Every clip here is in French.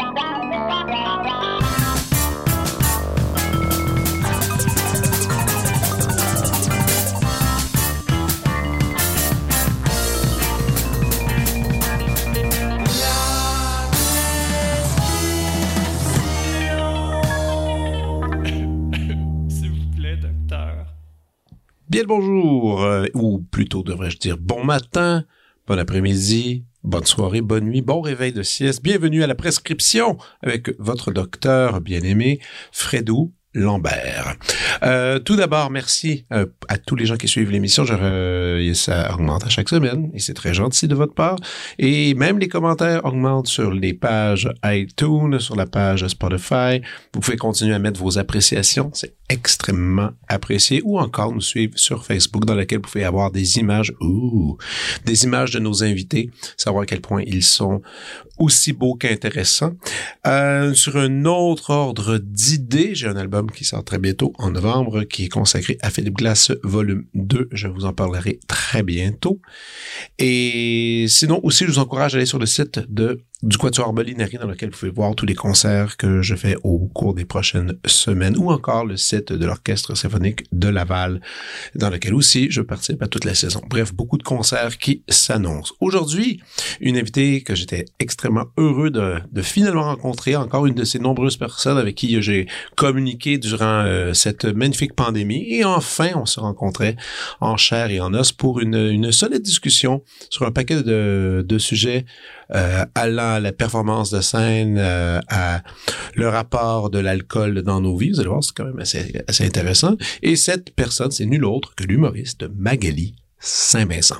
Bien le bonjour, ou plutôt devrais-je dire bon matin, bon après-midi, bonne soirée, bonne nuit, bon réveil de sieste. Bienvenue à la prescription avec votre docteur bien-aimé, Fredou Lambert. Tout d'abord, merci à tous les gens qui suivent l'émission. Ça augmente à chaque semaine et c'est très gentil de votre part. Et même les commentaires augmentent sur les pages iTunes, sur la page Spotify. Vous pouvez continuer à mettre vos appréciations. C'est extrêmement apprécié. Ou encore nous suivre sur Facebook dans lequel vous pouvez avoir des images, des images de nos invités, savoir à quel point ils sont aussi beaux qu'intéressants. Sur un autre ordre d'idées, j'ai un album qui sort très bientôt en novembre qui est consacré à Philippe Glass volume 2. Je vous en parlerai très bientôt. Et sinon aussi, je vous encourage à aller sur le site du Quatuor Molinari dans lequel vous pouvez voir tous les concerts que je fais au cours des prochaines semaines ou encore le site de l'Orchestre symphonique de Laval dans lequel aussi je participe à toute la saison. Bref, beaucoup de concerts qui s'annoncent. Aujourd'hui, une invitée que j'étais extrêmement heureux de finalement rencontrer, encore une de ces nombreuses personnes avec qui j'ai communiqué durant cette magnifique pandémie et enfin on se rencontrait en chair et en os pour une solide discussion sur un paquet de sujets allant à la performance de scène, à le rapport de l'alcool dans nos vies. Vous allez voir, c'est quand même assez intéressant. Et cette personne, c'est nul autre que l'humoriste Magali Saint-Vincent.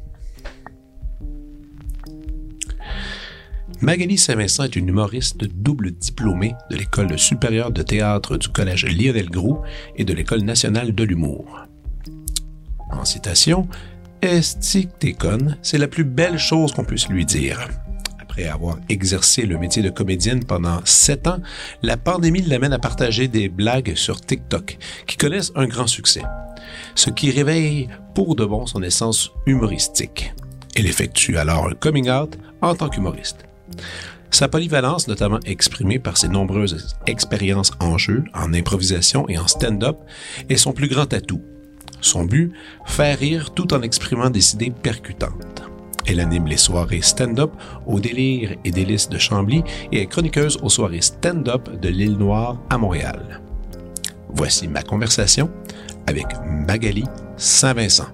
Magali Saint-Vincent est une humoriste double diplômée de l'École supérieure de théâtre du Collège Lionel Groulx et de l'École nationale de l'humour. En citation, « Esti que t'es conne, c'est la plus belle chose qu'on puisse lui dire. » Après avoir exercé le métier de comédienne pendant 7 ans, la pandémie l'amène à partager des blagues sur TikTok qui connaissent un grand succès, ce qui réveille pour de bon son essence humoristique. Elle effectue alors un coming out en tant qu'humoriste. Sa polyvalence, notamment exprimée par ses nombreuses expériences en jeu, en improvisation et en stand-up, est son plus grand atout. Son but, faire rire tout en exprimant des idées percutantes. Elle anime les soirées stand-up au Délire et Délices de Chambly et est chroniqueuse aux soirées stand-up de l'Île Noire à Montréal. Voici ma conversation avec Magali Saint-Vincent.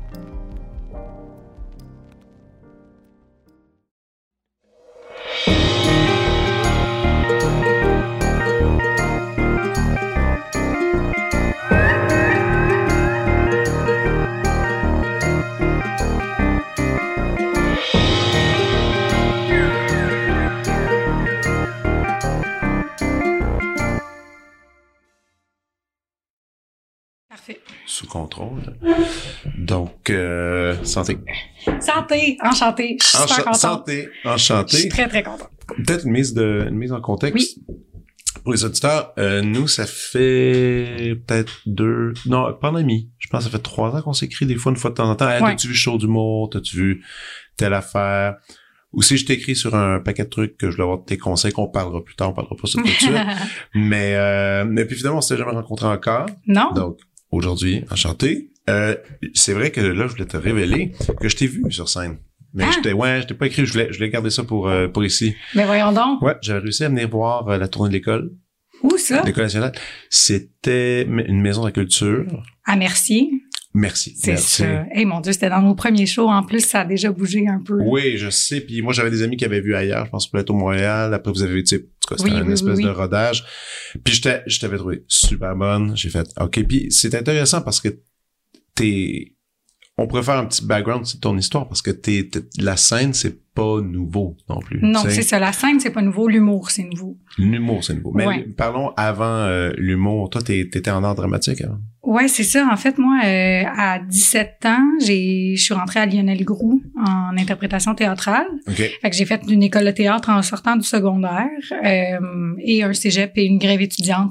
Sous contrôle. Donc, santé. Santé, enchantée. Je suis super contente. Santé, enchantée. Je suis très, très contente. Peut-être une mise en contexte. Oui. Pour les auditeurs, nous, ça fait peut-être pandémie. Je pense que ça fait 3 ans qu'on s'écrit des fois, une fois de temps en temps. Hey, ouais. T'as-tu vu Show d'humour? T'as-tu vu telle affaire? Aussi, je t'écris sur un paquet de trucs que je dois avoir de tes conseils qu'on parlera plus tard. On parlera pas ça tout de suite. Mais puis finalement, on s'est jamais rencontrés encore. Non. Donc, aujourd'hui, enchanté. C'est vrai que là, je voulais te révéler que je t'ai vu sur scène. Mais je t'ai pas écrit, je voulais garder ça pour ici. Mais voyons donc. Ouais, j'avais réussi à venir voir la tournée de l'école. Où ça? L'école nationale. C'était une maison de la culture. À Mercier. Merci. C'est ça. Hey, mon Dieu, c'était dans nos premiers shows. En plus, ça a déjà bougé un peu. Oui, je sais. Puis moi, j'avais des amis qui avaient vu ailleurs. Je pense Plateau Montréal. Après, vous avez, tu sais, c'était une espèce de rodage. Puis je t'avais trouvé super bonne. J'ai fait, OK. Puis c'est intéressant parce que on pourrait faire un petit background de ton histoire parce que la scène, c'est pas nouveau non plus. Non, c'est ça. La scène, c'est pas nouveau. L'humour, c'est nouveau. L'humour, c'est nouveau. Mais parlons avant l'humour. Toi, t'étais en art dramatique avant? Ouais, c'est ça. En fait, moi, à 17 ans, je suis rentrée à Lionel Groulx en interprétation théâtrale. Okay. Fait que j'ai fait une école de théâtre en sortant du secondaire et un cégep et une grève étudiante.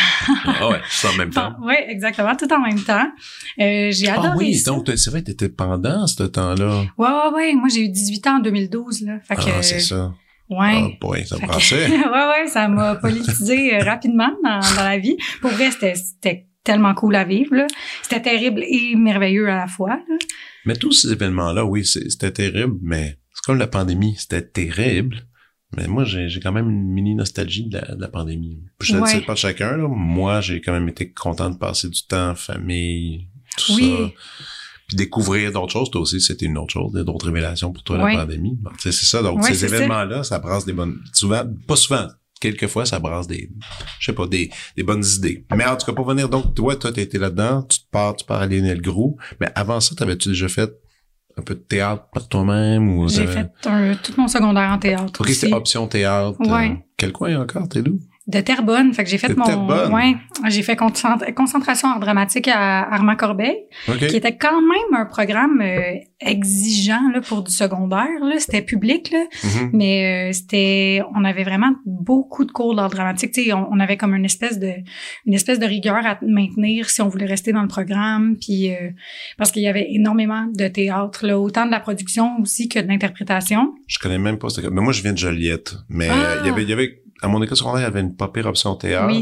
Ah ouais, tout en même temps. Oui, exactement, tout en même temps. J'ai adoré ça. Ah oui, donc c'est vrai, t'étais pendant ce temps-là. Ouais. Moi, j'ai eu 18 ans en 2012, là. Fait que, c'est ça. Ouais. Ah, boy, ça brassait. ouais, ça m'a politisé rapidement dans la vie. Pour vrai, c'était tellement cool à vivre, là. C'était terrible et merveilleux à la fois, là. Mais tous ces événements-là, oui, c'était terrible, mais c'est comme la pandémie, c'était terrible. Mais moi, j'ai quand même une mini nostalgie de la pandémie. Je ne sais pas chacun, là. Moi, j'ai quand même été content de passer du temps en famille, tout ça. Puis découvrir d'autres choses. Toi aussi, c'était une autre chose, d'autres révélations pour toi, la pandémie. Bon, c'est ça. Donc, ces événements-là, ça brasse des bonnes... Pas souvent. Quelquefois, ça brasse des bonnes idées. Mais en tout cas, pour venir, donc, toi, t'as été là-dedans, tu pars à Lionel Groux. Mais avant ça, t'avais-tu déjà fait un peu de théâtre par toi-même? Ou j'ai fait tout mon secondaire en théâtre. OK, aussi. c'était option théâtre. Ouais. Quel coin encore? T'es d'où? De Terrebonne. Fait que j'ai fait j'ai fait concentration art dramatique à Armand-Corbeil, qui était quand même un programme exigeant là pour du secondaire là, c'était public là, mais on avait vraiment beaucoup de cours d'art dramatique, tu sais, on avait comme une espèce de rigueur à maintenir si on voulait rester dans le programme, puis parce qu'il y avait énormément de théâtre là, autant de la production aussi que de l'interprétation. Je connais même pas mais moi je viens de Joliette, mais il y avait à mon école secondaire, il y avait une pas pire option théâtre,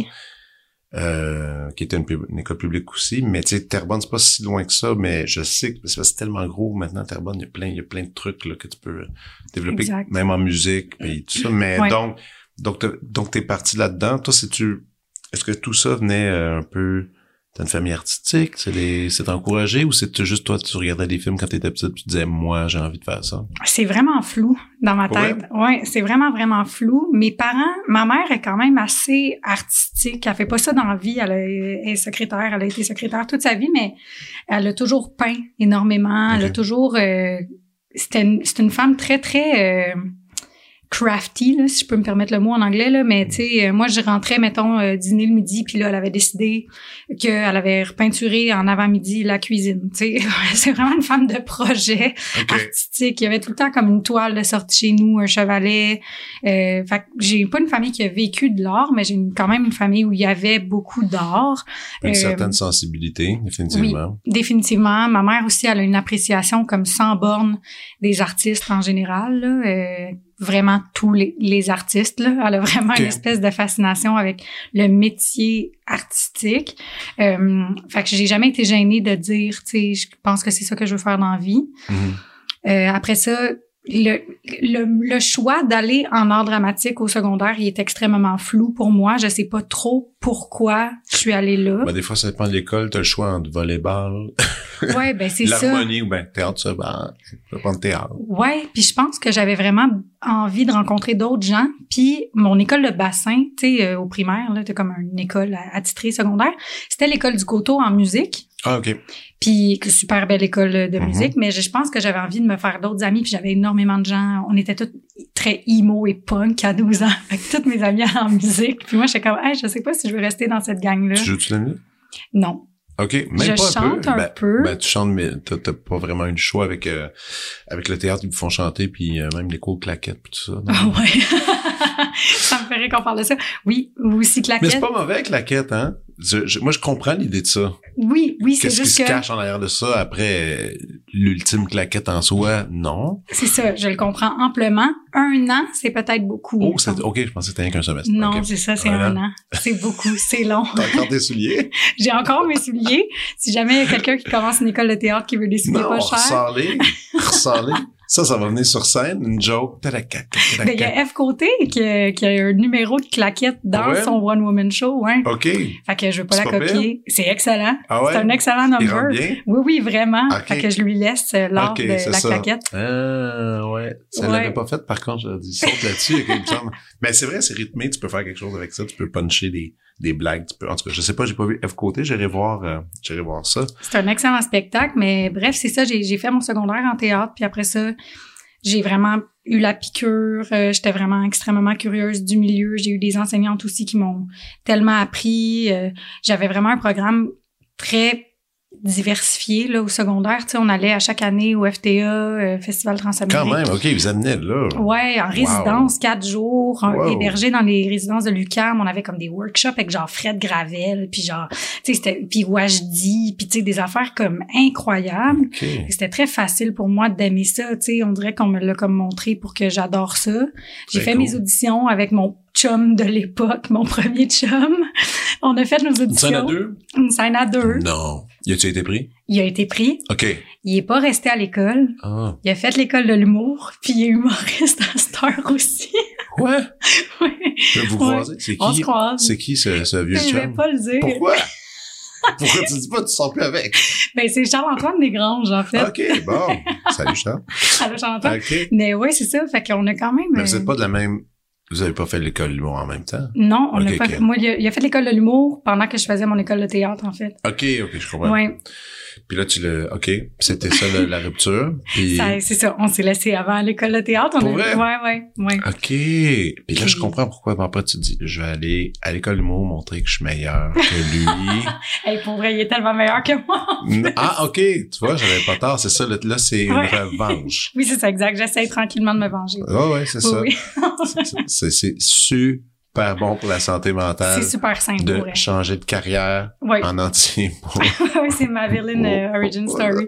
qui était une école publique aussi. Mais tu sais, Terrebonne, c'est pas si loin que ça, mais je sais que c'est tellement gros maintenant, Terrebonne, il y a plein de trucs là, que tu peux développer, même en musique, et tout ça. Mais donc t'es parti là-dedans. Toi, est-ce que tout ça venait un peu... T'as une famille artistique, c'est encouragé, ou c'est juste toi, tu regardais des films quand t'étais petite, tu disais, moi, j'ai envie de faire ça? C'est vraiment flou dans ma tête. Ouais, c'est vraiment, vraiment flou. Mes parents, ma mère est quand même assez artistique. Elle fait pas ça dans la vie. Elle est secrétaire. Elle a été secrétaire toute sa vie, mais elle a toujours peint énormément. Elle a toujours, c'est une femme très, très, crafty, là, si je peux me permettre le mot en anglais, là, mais tu sais, moi, je rentrais, mettons, dîner le midi, puis là, elle avait décidé qu'elle avait repeinturé en avant-midi la cuisine, tu sais. C'est vraiment une femme de projet artistique. Il y avait tout le temps comme une toile de sortie chez nous, un chevalet. Fait que j'ai pas une famille qui a vécu de l'art, mais j'ai quand même une famille où il y avait beaucoup d'art. Une certaine sensibilité, définitivement. Oui, définitivement. Ma mère aussi, elle a une appréciation comme sans borne des artistes en général, là, vraiment tous les artistes, là. Elle a vraiment une espèce de fascination avec le métier artistique. Fait que j'ai jamais été gênée de dire, tu sais, je pense que c'est ça que je veux faire dans la vie. Après ça, le choix d'aller en art dramatique au secondaire, il est extrêmement flou pour moi. Je sais pas trop pourquoi je suis allée là. Ben, des fois, ça dépend de l'école. T'as le choix entre volleyball. Ouais, ben, c'est ça. L'harmonie ou ben, théâtre, ça, ben, je vais prendre théâtre. Ouais, puis je pense que j'avais vraiment envie de rencontrer d'autres gens. Puis mon école de bassin, tu sais, au primaire, là, t'as comme une école attitrée secondaire. C'était l'école du Coteau en musique. Ah, OK. Puis super belle école de musique, mais je pense que j'avais envie de me faire d'autres amis, puis j'avais énormément de gens, on était tous très emo et punk à 12 ans, avec toutes mes amies en musique, puis moi j'étais comme hey, je sais pas si je veux rester dans cette gang là. Tu joues-tu la musique? Non. OK, même je pas chante un peu. Ben tu chantes, mais t'as pas vraiment eu le choix avec le théâtre, ils vous font chanter, puis même les cours de claquettes puis tout ça. Ah ouais. Ça me ferait qu'on parle de ça. Oui, aussi claquettes. Mais c'est pas mauvais claquettes, hein? Moi, je comprends l'idée de ça. Oui, c'est juste Qu'est-ce qui se cache en arrière de ça après l'ultime claquette en soi? Non. C'est ça, je le comprends amplement. 1 an, c'est peut-être beaucoup. Oh, OK, je pensais que c'était rien qu'un semestre. Non, okay. C'est ça, c'est 1 an. C'est beaucoup, c'est long. T'as encore tes souliers? J'ai encore mes souliers. Si jamais il y a quelqu'un qui commence une école de théâtre qui veut des souliers pas chers. Ressors-les. Ça va venir sur scène, une joke. Ben, il y a F Côté qui a un numéro de claquette dans son One Woman Show, hein. OK. Fait que je veux pas la copier. C'est excellent. Ah ouais? C'est un excellent number. Bien? Oui, vraiment. Okay. Fait que je lui laisse l'art de la claquette. Ouais. Ça l'avait pas fait, par contre, je dis, saute là-dessus, il me semble. Mais c'est vrai, c'est rythmé, tu peux faire quelque chose avec ça, tu peux puncher des blagues, en tout cas, je sais pas, j'ai pas vu F Côté, j'irai voir ça. C'est un excellent spectacle, mais bref, c'est ça, j'ai fait mon secondaire en théâtre, puis après ça, j'ai vraiment eu la piqûre, j'étais vraiment extrêmement curieuse du milieu, j'ai eu des enseignantes aussi qui m'ont tellement appris, j'avais vraiment un programme très diversifié là au secondaire. Tu sais, on allait à chaque année au FTA, Festival Transamérique. Quand même, OK, ils amenaient là. Ouais, en résidence, 4 jours, hébergés dans les résidences de l'UQAM. On avait comme des workshops avec genre Fred Gravel, puis genre, tu sais, c'était, puis Wajdi, puis tu sais, des affaires comme incroyables. Okay. C'était très facile pour moi d'aimer ça, tu sais. On dirait qu'on me l'a comme montré pour que j'adore ça. J'ai fait mes auditions avec mon chum de l'époque, mon premier chum. On a fait nos auditions. Une scène à 2? Une scène à 2. Non. Y a-tu été pris? Il a été pris. OK. Il est pas resté à l'école. Ah. Il a fait l'école de l'humour, puis il est humoriste à cette heure aussi. Ouais? Oui. Vous croisez? C'est qui? On se croise. C'est qui ce vieux chum? Je vais pas le dire. Pourquoi? Pourquoi tu dis pas tu sors plus avec? Ben, c'est Charles-Antoine Desgranges, en fait. OK, bon. Salut, Charles. Allô, Charles-Antoine. OK. Mais oui, c'est ça. Fait qu'on a quand même... Mais vous êtes pas de la même... Vous avez pas fait l'école de l'humour en même temps? Non, on n'a Okay, pas okay. fait... Moi, il a fait l'école de l'humour pendant que je faisais mon école de théâtre, en fait. OK, je comprends. Ouais. Puis là, OK, c'était ça la rupture. Puis... C'est ça, on s'est laissé avant l'école de théâtre. Pour vrai? Ouais. OK. Puis là, je comprends pourquoi. Après, tu dis, je vais aller à l'école de l'humour montrer que je suis meilleur que lui. Hey, pour vrai, il est tellement meilleur que moi. Ah, OK. Tu vois, j'avais pas tort. C'est ça. Là, c'est une revanche. Oui, c'est ça, exact. J'essaie tranquillement de me venger. Ouais, c'est ça. Oui. C'est super bon pour la santé mentale. C'est super simple. De changer de carrière en entier. Oui, c'est ma villain origin story.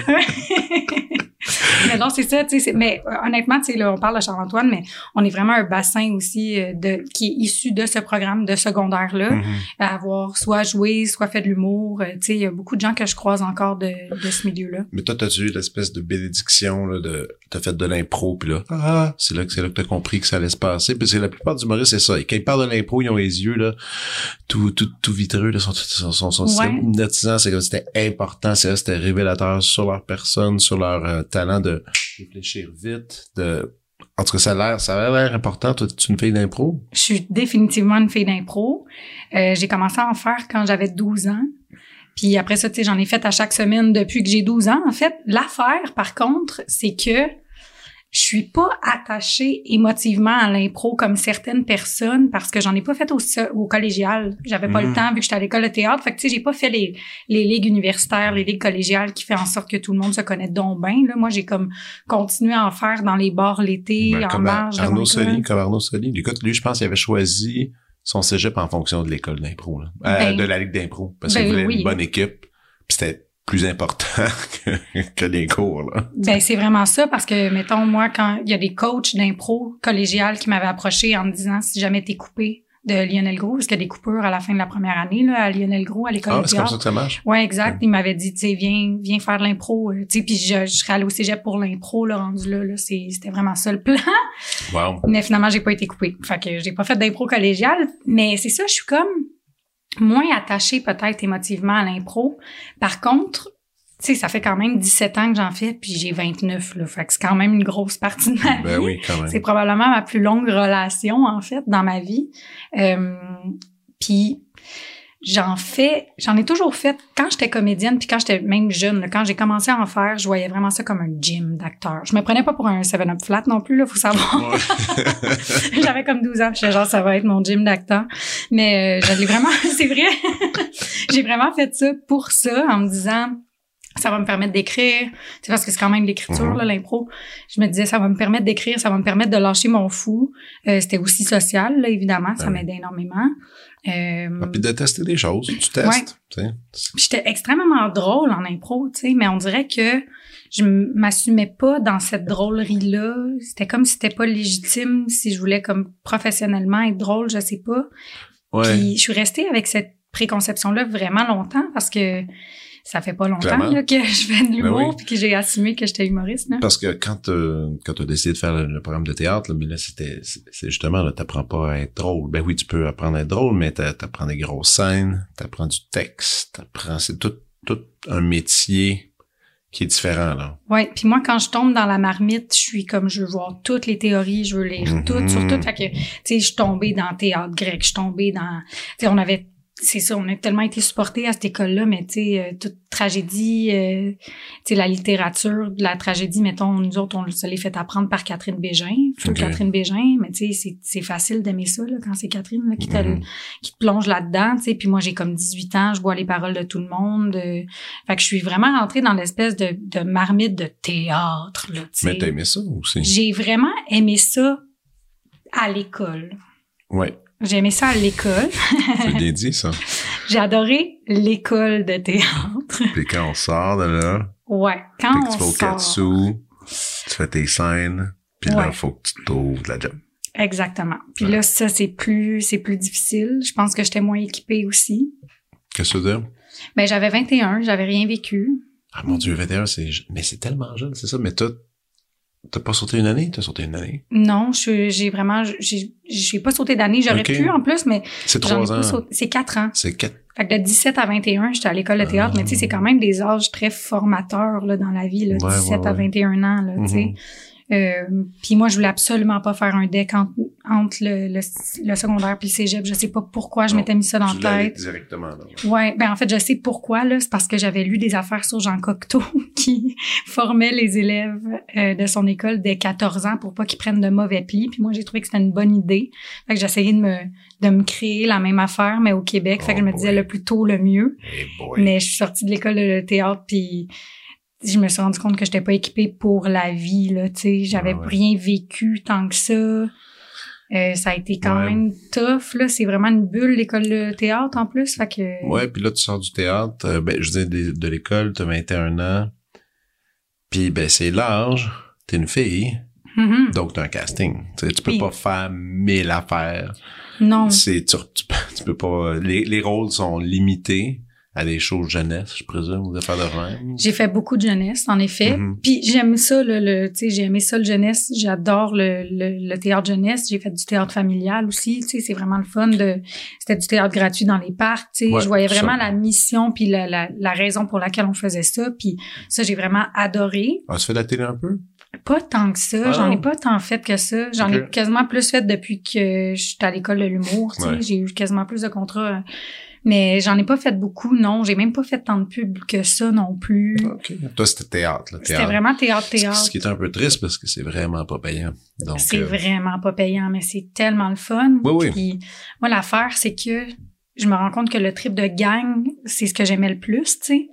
Mais non, c'est ça, tu sais. Mais honnêtement, tu sais, là, on parle de Charles-Antoine, mais on est vraiment un bassin aussi qui est issu de ce programme de secondaire-là, à avoir soit joué, soit fait de l'humour. Tu sais, il y a beaucoup de gens que je croise encore de ce milieu-là. Mais toi, t'as-tu eu l'espèce de bénédiction, là, t'as fait de l'impro, puis là, c'est là que t'as compris que ça allait se passer. Puis c'est la plupart du humoristes, c'est ça. Et quand ils parlent de l'impro, ils ont les yeux, là, tout vitreux, là, son système hypnotisant. C'est comme c'était important, c'était révélateur sur leur personne, sur leur talent de réfléchir vite, en tout cas, ça a l'air important. Toi, tu es une fille d'impro? Je suis définitivement une fille d'impro. J'ai commencé à en faire quand j'avais 12 ans. Puis après ça, tu sais, j'en ai fait à chaque semaine depuis que j'ai 12 ans. En fait, l'affaire, par contre, c'est que je suis pas attachée émotivement à l'impro comme certaines personnes parce que j'en ai pas fait au collégial. J'avais pas le temps vu que j'étais à l'école de théâtre. Fait que tu sais, j'ai pas fait les ligues universitaires, les ligues collégiales qui fait en sorte que tout le monde se connaît donc bien. Là, moi, j'ai comme continué à en faire dans les bars l'été, en marge de mon école. Comme Arnaud Soli. Écoute, lui, je pense qu'il avait choisi son cégep en fonction de l'école d'impro, de la ligue d'impro. Parce qu'il voulait une bonne équipe. Puis c'était plus important que les cours, là. Ben, c'est vraiment ça, parce que, mettons, moi, quand il y a des coachs d'impro collégial qui m'avaient approché en me disant si jamais t'es coupé de Lionel Groulx, parce qu'il y a des coupures à la fin de la première année, là, à Lionel Groulx, à l'école de théâtre. C'est comme ça que ça marche? Ouais, exact. Il m'avait dit, tu sais, viens faire de l'impro, tu sais, puis je serais allée au cégep pour l'impro, là, rendu là, c'était vraiment ça le plan. Wow. Mais finalement, j'ai pas été coupée. Fait que j'ai pas fait d'impro collégial, mais c'est ça, je suis comme moins attachée peut-être émotivement à l'impro. Par contre, tu sais, ça fait quand même 17 ans que j'en fais, puis j'ai 29, là. Fait que c'est quand même une grosse partie de ma vie. Ben oui, quand même. C'est probablement ma plus longue relation, en fait, dans ma vie. Puis j'en ai toujours fait quand j'étais comédienne, puis quand j'étais même jeune, là, quand j'ai commencé à en faire, je voyais vraiment ça comme un gym d'acteur. Je me prenais pas pour un 7-Up flat non plus, là, faut savoir. Ouais. J'avais comme 12 ans, je disais genre, ça va être mon gym d'acteur. Mais je l'ai vraiment, c'est vrai, j'ai vraiment fait ça pour ça, en me disant, ça va me permettre d'écrire, tu sais, parce que c'est quand même l'écriture, là, l'impro. Je me disais, ça va me permettre d'écrire, ça va me permettre de lâcher mon fou. C'était aussi social, là, évidemment, ça m'aidait énormément. Puis de tester des choses, tu testes, tu sais. J'étais extrêmement drôle en impro, tu sais, mais on dirait que je m'assumais pas dans cette drôlerie-là. C'était comme si c'était pas légitime, si je voulais comme professionnellement être drôle, je sais pas. Ouais. Puis je suis restée avec cette préconception-là vraiment longtemps parce que ça fait pas longtemps là, que je fais de l'humour puis que j'ai assumé que j'étais humoriste. Là. Parce que quand t'as décidé de faire le programme de théâtre, là, mais là, c'est justement, là, t'apprends pas à être drôle. Ben oui, tu peux apprendre à être drôle, mais t'apprends des grosses scènes, t'apprends du texte, c'est tout un métier qui est différent, là. Ouais, puis moi, quand je tombe dans la marmite, je suis comme, je veux voir toutes les théories, je veux lire toutes sur toutes. Fait que, tu sais, je suis tombée dans théâtre grec, je suis tombée dans, tu sais, on avait c'est ça, on a tellement été supportés à cette école-là, mais tu sais, toute tragédie, tu sais, la littérature de la tragédie, mettons, nous autres, on se l'est fait apprendre par Catherine Bégin, Catherine Bégin, mais tu sais, c'est facile d'aimer ça, là, quand c'est Catherine, là, qui te plonge là-dedans, tu sais, puis moi, j'ai comme 18 ans, je bois les paroles de tout le monde, fait que je suis vraiment rentrée dans l'espèce de marmite de théâtre, là, tu sais. Mais t'as aimé ça aussi? J'ai vraiment aimé ça à l'école. Ouais. J'ai aimé ça à l'école. C'est bien dit, ça. J'ai adoré l'école de théâtre. Puis quand on sort de là... Ouais, quand on sort... Tu vas au Katsu, tu fais tes scènes, puis là, il faut que tu trouves de la job. Exactement. Puis là, ça, c'est plus difficile. Je pense que j'étais moins équipée aussi. Qu'est-ce que tu veux dire? Ben, j'avais 21, j'avais rien vécu. Ah, mon Dieu, 21, mais c'est tellement jeune, c'est ça. Mais t'as pas sauté une année? T'as sauté une année? Non, j'ai pas sauté d'année. J'aurais pu, en plus, mais... C'est 3 ans. C'est 4 ans. C'est 4. Fait que de 17 à 21, j'étais à l'école de théâtre, mais tu sais, c'est quand même des âges très formateurs, là, dans la vie, là, 17 à 21 ans, là, tu sais. Puis moi, je voulais absolument pas faire un deck entre le secondaire puis le cégep. Je sais pas pourquoi je m'étais mis ça dans la tête. Directement, là. Ouais, ben en fait, je sais pourquoi, là. C'est parce que j'avais lu des affaires sur Jean Cocteau qui formait les élèves de son école dès 14 ans pour pas qu'ils prennent de mauvais plis. Puis moi, j'ai trouvé que c'était une bonne idée. Fait que j'essayais de me créer la même affaire, mais au Québec. Fait que je me disais le plus tôt, le mieux. Mais je suis sortie de l'école de théâtre puis je me suis rendu compte que j'étais pas équipée pour la vie, là, tu sais. J'avais rien vécu tant que ça. Ça a été quand même tough, là. C'est vraiment une bulle, l'école de théâtre, en plus. Fait que... Ouais, puis là, tu sors du théâtre. Je dis de l'école, t'as 21 ans. Puis, c'est l'âge. T'es une fille. Mm-hmm. Donc, t'as un casting. Tu peux pas faire 1000 affaires. Non. Tu peux pas... Les rôles sont limités à des choses jeunesse, je présume, ou des affaires de même. J'ai fait beaucoup de jeunesse, en effet. Puis j'aime ça, tu sais, j'ai aimé ça, le jeunesse. J'adore le théâtre jeunesse. J'ai fait du théâtre familial aussi, tu sais, c'est vraiment le fun c'était du théâtre gratuit dans les parcs, tu sais. Je voyais vraiment la mission puis la raison pour laquelle on faisait ça. Puis ça, j'ai vraiment adoré. Ah, tu fais de la télé un peu? Pas tant que ça. J'en ai pas tant fait que ça. J'en ai quasiment plus fait depuis que j'étais à l'école de l'humour, tu sais. J'ai eu quasiment plus de contrats. Mais j'en ai pas fait beaucoup, non. J'ai même pas fait tant de pub que ça non plus. OK. Toi, c'était théâtre, là. C'était vraiment théâtre. Ce qui est un peu triste parce que c'est vraiment pas payant. Donc, c'est vraiment pas payant, mais c'est tellement le fun. Oui. Puis moi, l'affaire, c'est que je me rends compte que le trip de gang, c'est ce que j'aimais le plus, tu sais.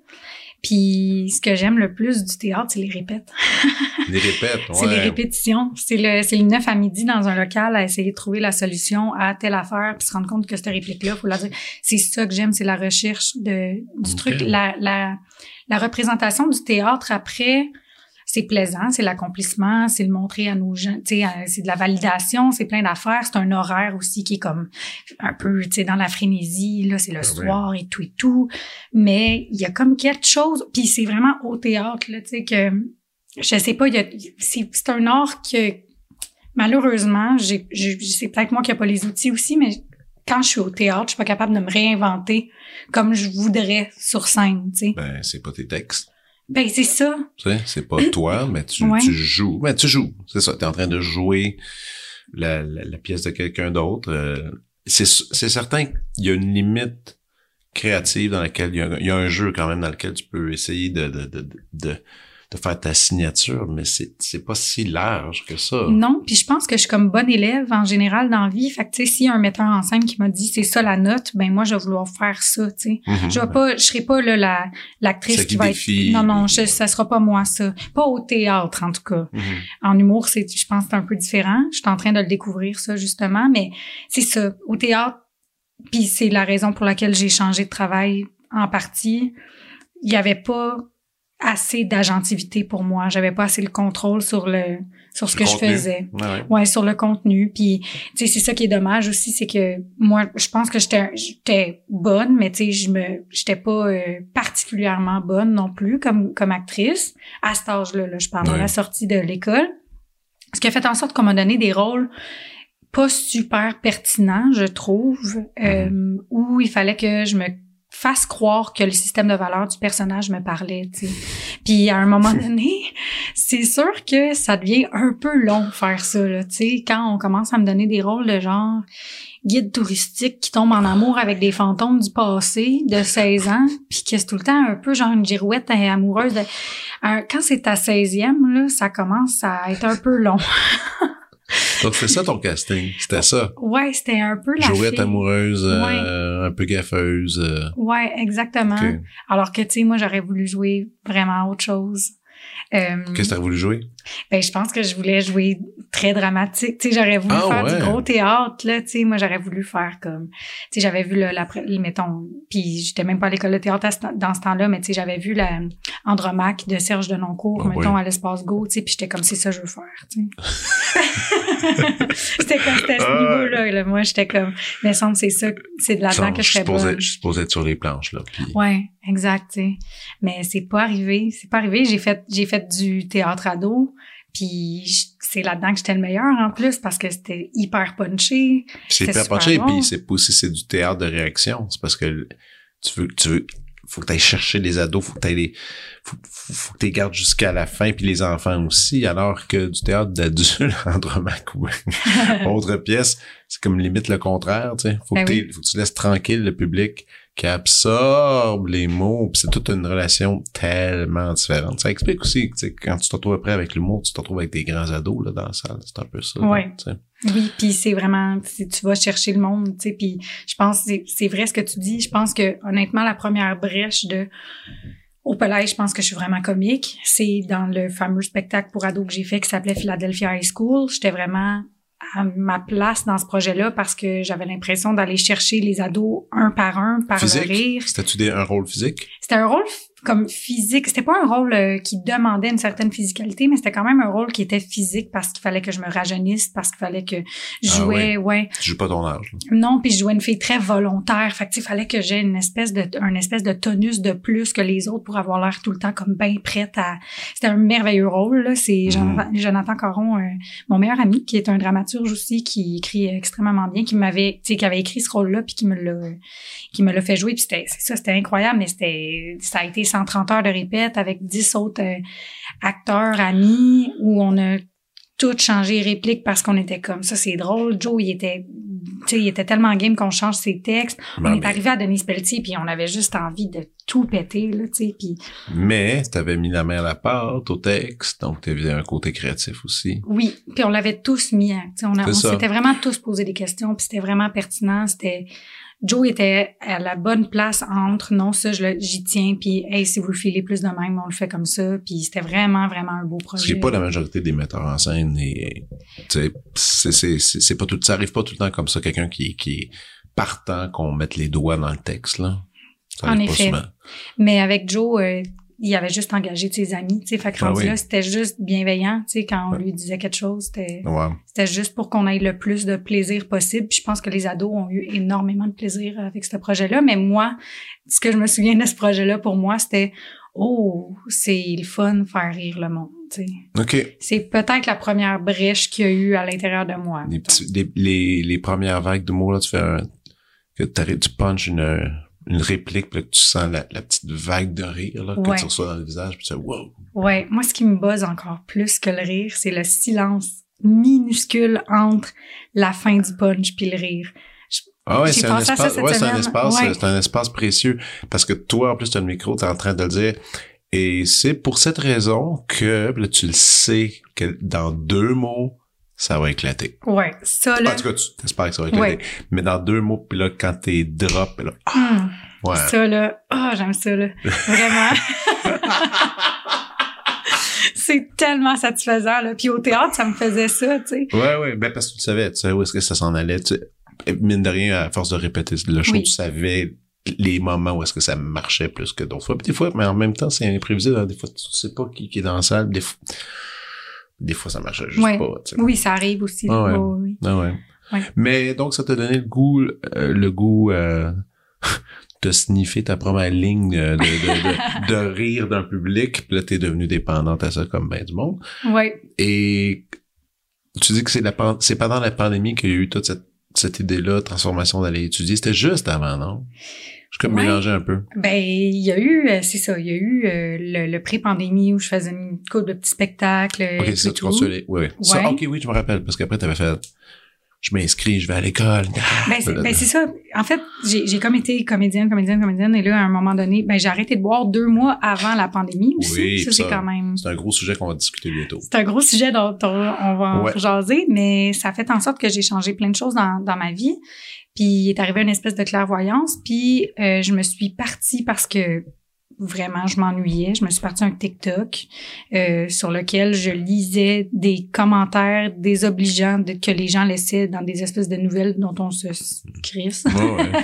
Puis ce que j'aime le plus du théâtre, c'est les répètes. Les répètes, ouais. C'est les répétitions. C'est le 9 à midi dans un local à essayer de trouver la solution à telle affaire puis se rendre compte que cette réplique-là, faut la dire. C'est ça que j'aime, c'est la recherche du truc. La représentation du théâtre après, c'est plaisant, c'est l'accomplissement, c'est le montrer à nos gens, tu sais, c'est de la validation, c'est plein d'affaires, c'est un horaire aussi qui est comme un peu, tu sais, dans la frénésie, là, c'est le soir et tout, mais il y a comme quelque chose, puis c'est vraiment au théâtre, là, tu sais, que, je sais pas, c'est un art que, malheureusement, c'est peut-être moi qui n'ai pas les outils aussi, mais quand je suis au théâtre, je suis pas capable de me réinventer comme je voudrais sur scène, tu sais. Ben, c'est pas tes textes. Ben, c'est ça. Tu sais, c'est pas toi, mais tu joues. Ben, tu joues. C'est ça. T'es en train de jouer la pièce de quelqu'un d'autre. C'est certain qu'il y a une limite créative dans laquelle il y a un jeu quand même dans lequel tu peux essayer de faire ta signature, mais c'est pas si large que ça. Non, puis je pense que je suis comme bonne élève en général dans la vie. Fait que tu sais, s'il y a un metteur en scène qui m'a dit c'est ça la note, ben moi je vais vouloir faire ça, tu sais. Je serai pas là l'actrice qui va être. Non, ça sera pas moi ça. Pas au théâtre en tout cas. En humour, je pense que c'est un peu différent. Je suis en train de le découvrir ça justement, mais c'est ça. Au théâtre, puis c'est la raison pour laquelle j'ai changé de travail en partie. Il y avait pas assez d'agentivité pour moi. J'avais pas assez le contrôle sur ce que je faisais. Ouais, sur le contenu. Puis, tu sais, c'est ça qui est dommage aussi, c'est que moi, je pense que j'étais bonne, mais tu sais, j'étais pas particulièrement bonne non plus comme actrice. À cet âge-là, je parle de la sortie de l'école. Ce qui a fait en sorte qu'on m'a donné des rôles pas super pertinents, je trouve, où il fallait que je me fasse croire que le système de valeurs du personnage me parlait, tu sais. Puis à un moment donné, c'est sûr que ça devient un peu long faire ça, là, tu sais, quand on commence à me donner des rôles de genre guide touristique qui tombe en amour avec des fantômes du passé de 16 ans, puis que c'est tout le temps un peu genre une girouette amoureuse. Quand c'est ta 16e, là, ça commence à être un peu long. Donc, c'était ça ton casting? C'était ça? Ouais, c'était un peu la Girouette fille. amoureuse, Ouais. un peu gaffeuse. Ouais, exactement. Okay. Alors que, tu sais, moi, j'aurais voulu jouer vraiment autre chose. Qu'est-ce que t'as voulu jouer? Ben, je pense que je voulais jouer très dramatique. Tu sais, j'aurais voulu faire du gros théâtre, là. Tu sais, moi, j'aurais voulu faire comme... Tu sais, j'avais vu, mettons... Puis j'étais même pas à l'école de théâtre dans ce temps-là, mais tu sais, j'avais vu Andromaque de Serge Denoncourt, mettons, à l'Espace Go, tu sais, puis j'étais comme, c'est ça que je veux faire, tu sais. C'était comme, c'était à ce niveau-là, là. Moi, j'étais comme... Mais semble c'est ça, c'est de là-dedans que je serais bonne. Je suis supposée être sur les planches, là. Puis... Ouais, exact, tu sais. Mais c'est pas arrivé. J'ai fait du théâtre ado, puis c'est là-dedans que j'étais le meilleur en plus parce que c'était hyper punché. C'est hyper punché, puis c'est du théâtre de réaction. C'est parce que tu veux faut que tu ailles chercher les ados, faut que tu les gardes jusqu'à la fin, puis les enfants aussi, alors que du théâtre d'adulte, Andromaque ou autre pièce, c'est comme limite le contraire, tu sais. Faut que tu laisses tranquille le public qui absorbe les mots, puis c'est toute une relation tellement différente. Ça explique aussi, tu sais, quand tu te retrouves après avec l'humour, tu te retrouves avec des grands ados là dans la salle, c'est un peu ça. Ouais. Tu sais. Oui, puis c'est vraiment, si tu vas chercher le monde, tu sais, puis je pense que c'est vrai ce que tu dis. Je pense que honnêtement la première brèche au palais, je pense que je suis vraiment comique. C'est dans le fameux spectacle pour ados que j'ai fait qui s'appelait Philadelphia High School. J'étais vraiment à ma place dans ce projet-là parce que j'avais l'impression d'aller chercher les ados un par physique? Le rire. C'était-tu un rôle physique? C'était un rôle comme physique. C'était pas un rôle qui demandait une certaine physicalité, mais c'était quand même un rôle qui était physique parce qu'il fallait que je me rajeunisse, parce qu'il fallait que je jouais, ouais. Tu joues pas ton âge. Non, puis je jouais une fille très volontaire. Fait que il fallait que j'ai une espèce de tonus de plus que les autres pour avoir l'air tout le temps comme bien prête à... C'était un merveilleux rôle, là. C'est Jonathan Caron, mon meilleur ami, qui est un dramaturge aussi, qui écrit extrêmement bien, qui avait écrit ce rôle-là puis qui me l'a fait jouer. Puis c'était incroyable, mais ça a été 130 heures de répète avec 10 autres acteurs amis où on a tout changé réplique parce qu'on était comme ça, c'est drôle. Joe, il était tellement game qu'on change ses textes. On est arrivé à Denise Pelletier puis on avait juste envie de tout péter, là, tu sais. Puis... Mais t'avais mis la main à la pâte au texte, donc t'avais un côté créatif aussi. Oui, puis on l'avait tous mis. On s'était vraiment tous posé des questions puis c'était vraiment pertinent. Joe était à la bonne place entre non, ça, j'y tiens, puis hey, si vous le filez plus de même, on le fait comme ça, puis c'était vraiment, vraiment un beau projet. Ce qui n'est pas la majorité des metteurs en scène, et c'est pas tout, ça arrive pas tout le temps comme ça, quelqu'un qui est partant qu'on mette les doigts dans le texte, là. Ça arrive en effet. pas souvent. Mais avec Joe, il avait juste engagé de ses amis, tu sais, fait que là, c'était juste bienveillant, tu sais, quand on lui disait quelque chose, c'était juste pour qu'on ait le plus de plaisir possible. Puis je pense que les ados ont eu énormément de plaisir avec ce projet-là, mais moi, ce que je me souviens de ce projet-là pour moi, c'était c'est le fun faire rire le monde, tu sais. OK. C'est peut-être la première brèche qu'il y a eu à l'intérieur de moi. Les premières vagues d'humour, là, tu fais tu punches une réplique, puis là, que tu sens la petite vague de rire là, que tu reçois dans le visage, puis tu fais « wow ». Ouais, moi, ce qui me buzz encore plus que le rire, c'est le silence minuscule entre la fin du punch puis le rire. C'est un espace précieux, parce que toi, en plus, tu as le micro, tu es en train de le dire, et c'est pour cette raison que là, tu le sais que dans 2 mots, ça va éclater. Ouais, ça là. En tout cas, tu espères que ça va éclater. Ouais. Mais dans 2 mots, puis là, quand t'es drop, là, ouais. Ça là, j'aime ça là, vraiment. C'est tellement satisfaisant là. Puis au théâtre, ça me faisait ça, tu sais. Ouais, ben parce que tu savais où est-ce que ça s'en allait. Mine de rien, à force de répéter le show, tu savais les moments où est-ce que ça marchait plus que d'autres fois. Puis des fois, mais en même temps, c'est imprévisible. Hein. Des fois, tu sais pas qui est dans la salle. Des fois, ça marchait juste pas. T'sais. Oui, ça arrive aussi. Oui. Ouais. Mais donc, ça t'a donné le goût de sniffer ta première ligne de rire d'un public. Puis là, t'es devenue dépendante à ça comme ben du monde. Oui. Et tu dis que c'est pendant la pandémie qu'il y a eu toute cette idée-là, transformation d'aller étudier. C'était juste avant, non? Je suis comme mélangé un peu. Ben, il y a eu, c'est ça, il y a eu le pré-pandémie où je faisais une couple de petits spectacles. OK, c'est ça, tu continues. Oui. Ça, OK, oui, je me rappelle, parce qu'après, t'avais fait... Je m'inscris, je vais à l'école. Ben, c'est ça. En fait, j'ai comme été comédienne, et là, à un moment donné, ben, j'ai arrêté de boire 2 mois avant la pandémie aussi. Oui, ça, c'est quand même... C'est un gros sujet qu'on va discuter bientôt. C'est un gros sujet dont on va jaser, mais ça a fait en sorte que j'ai changé plein de choses dans ma vie. Puis, il est arrivé une espèce de clairvoyance, puis je me suis partie parce que vraiment, je m'ennuyais. Je me suis partie un TikTok sur lequel je lisais des commentaires désobligeants que les gens laissaient dans des espèces de nouvelles dont on se crisse. Oh, ouais.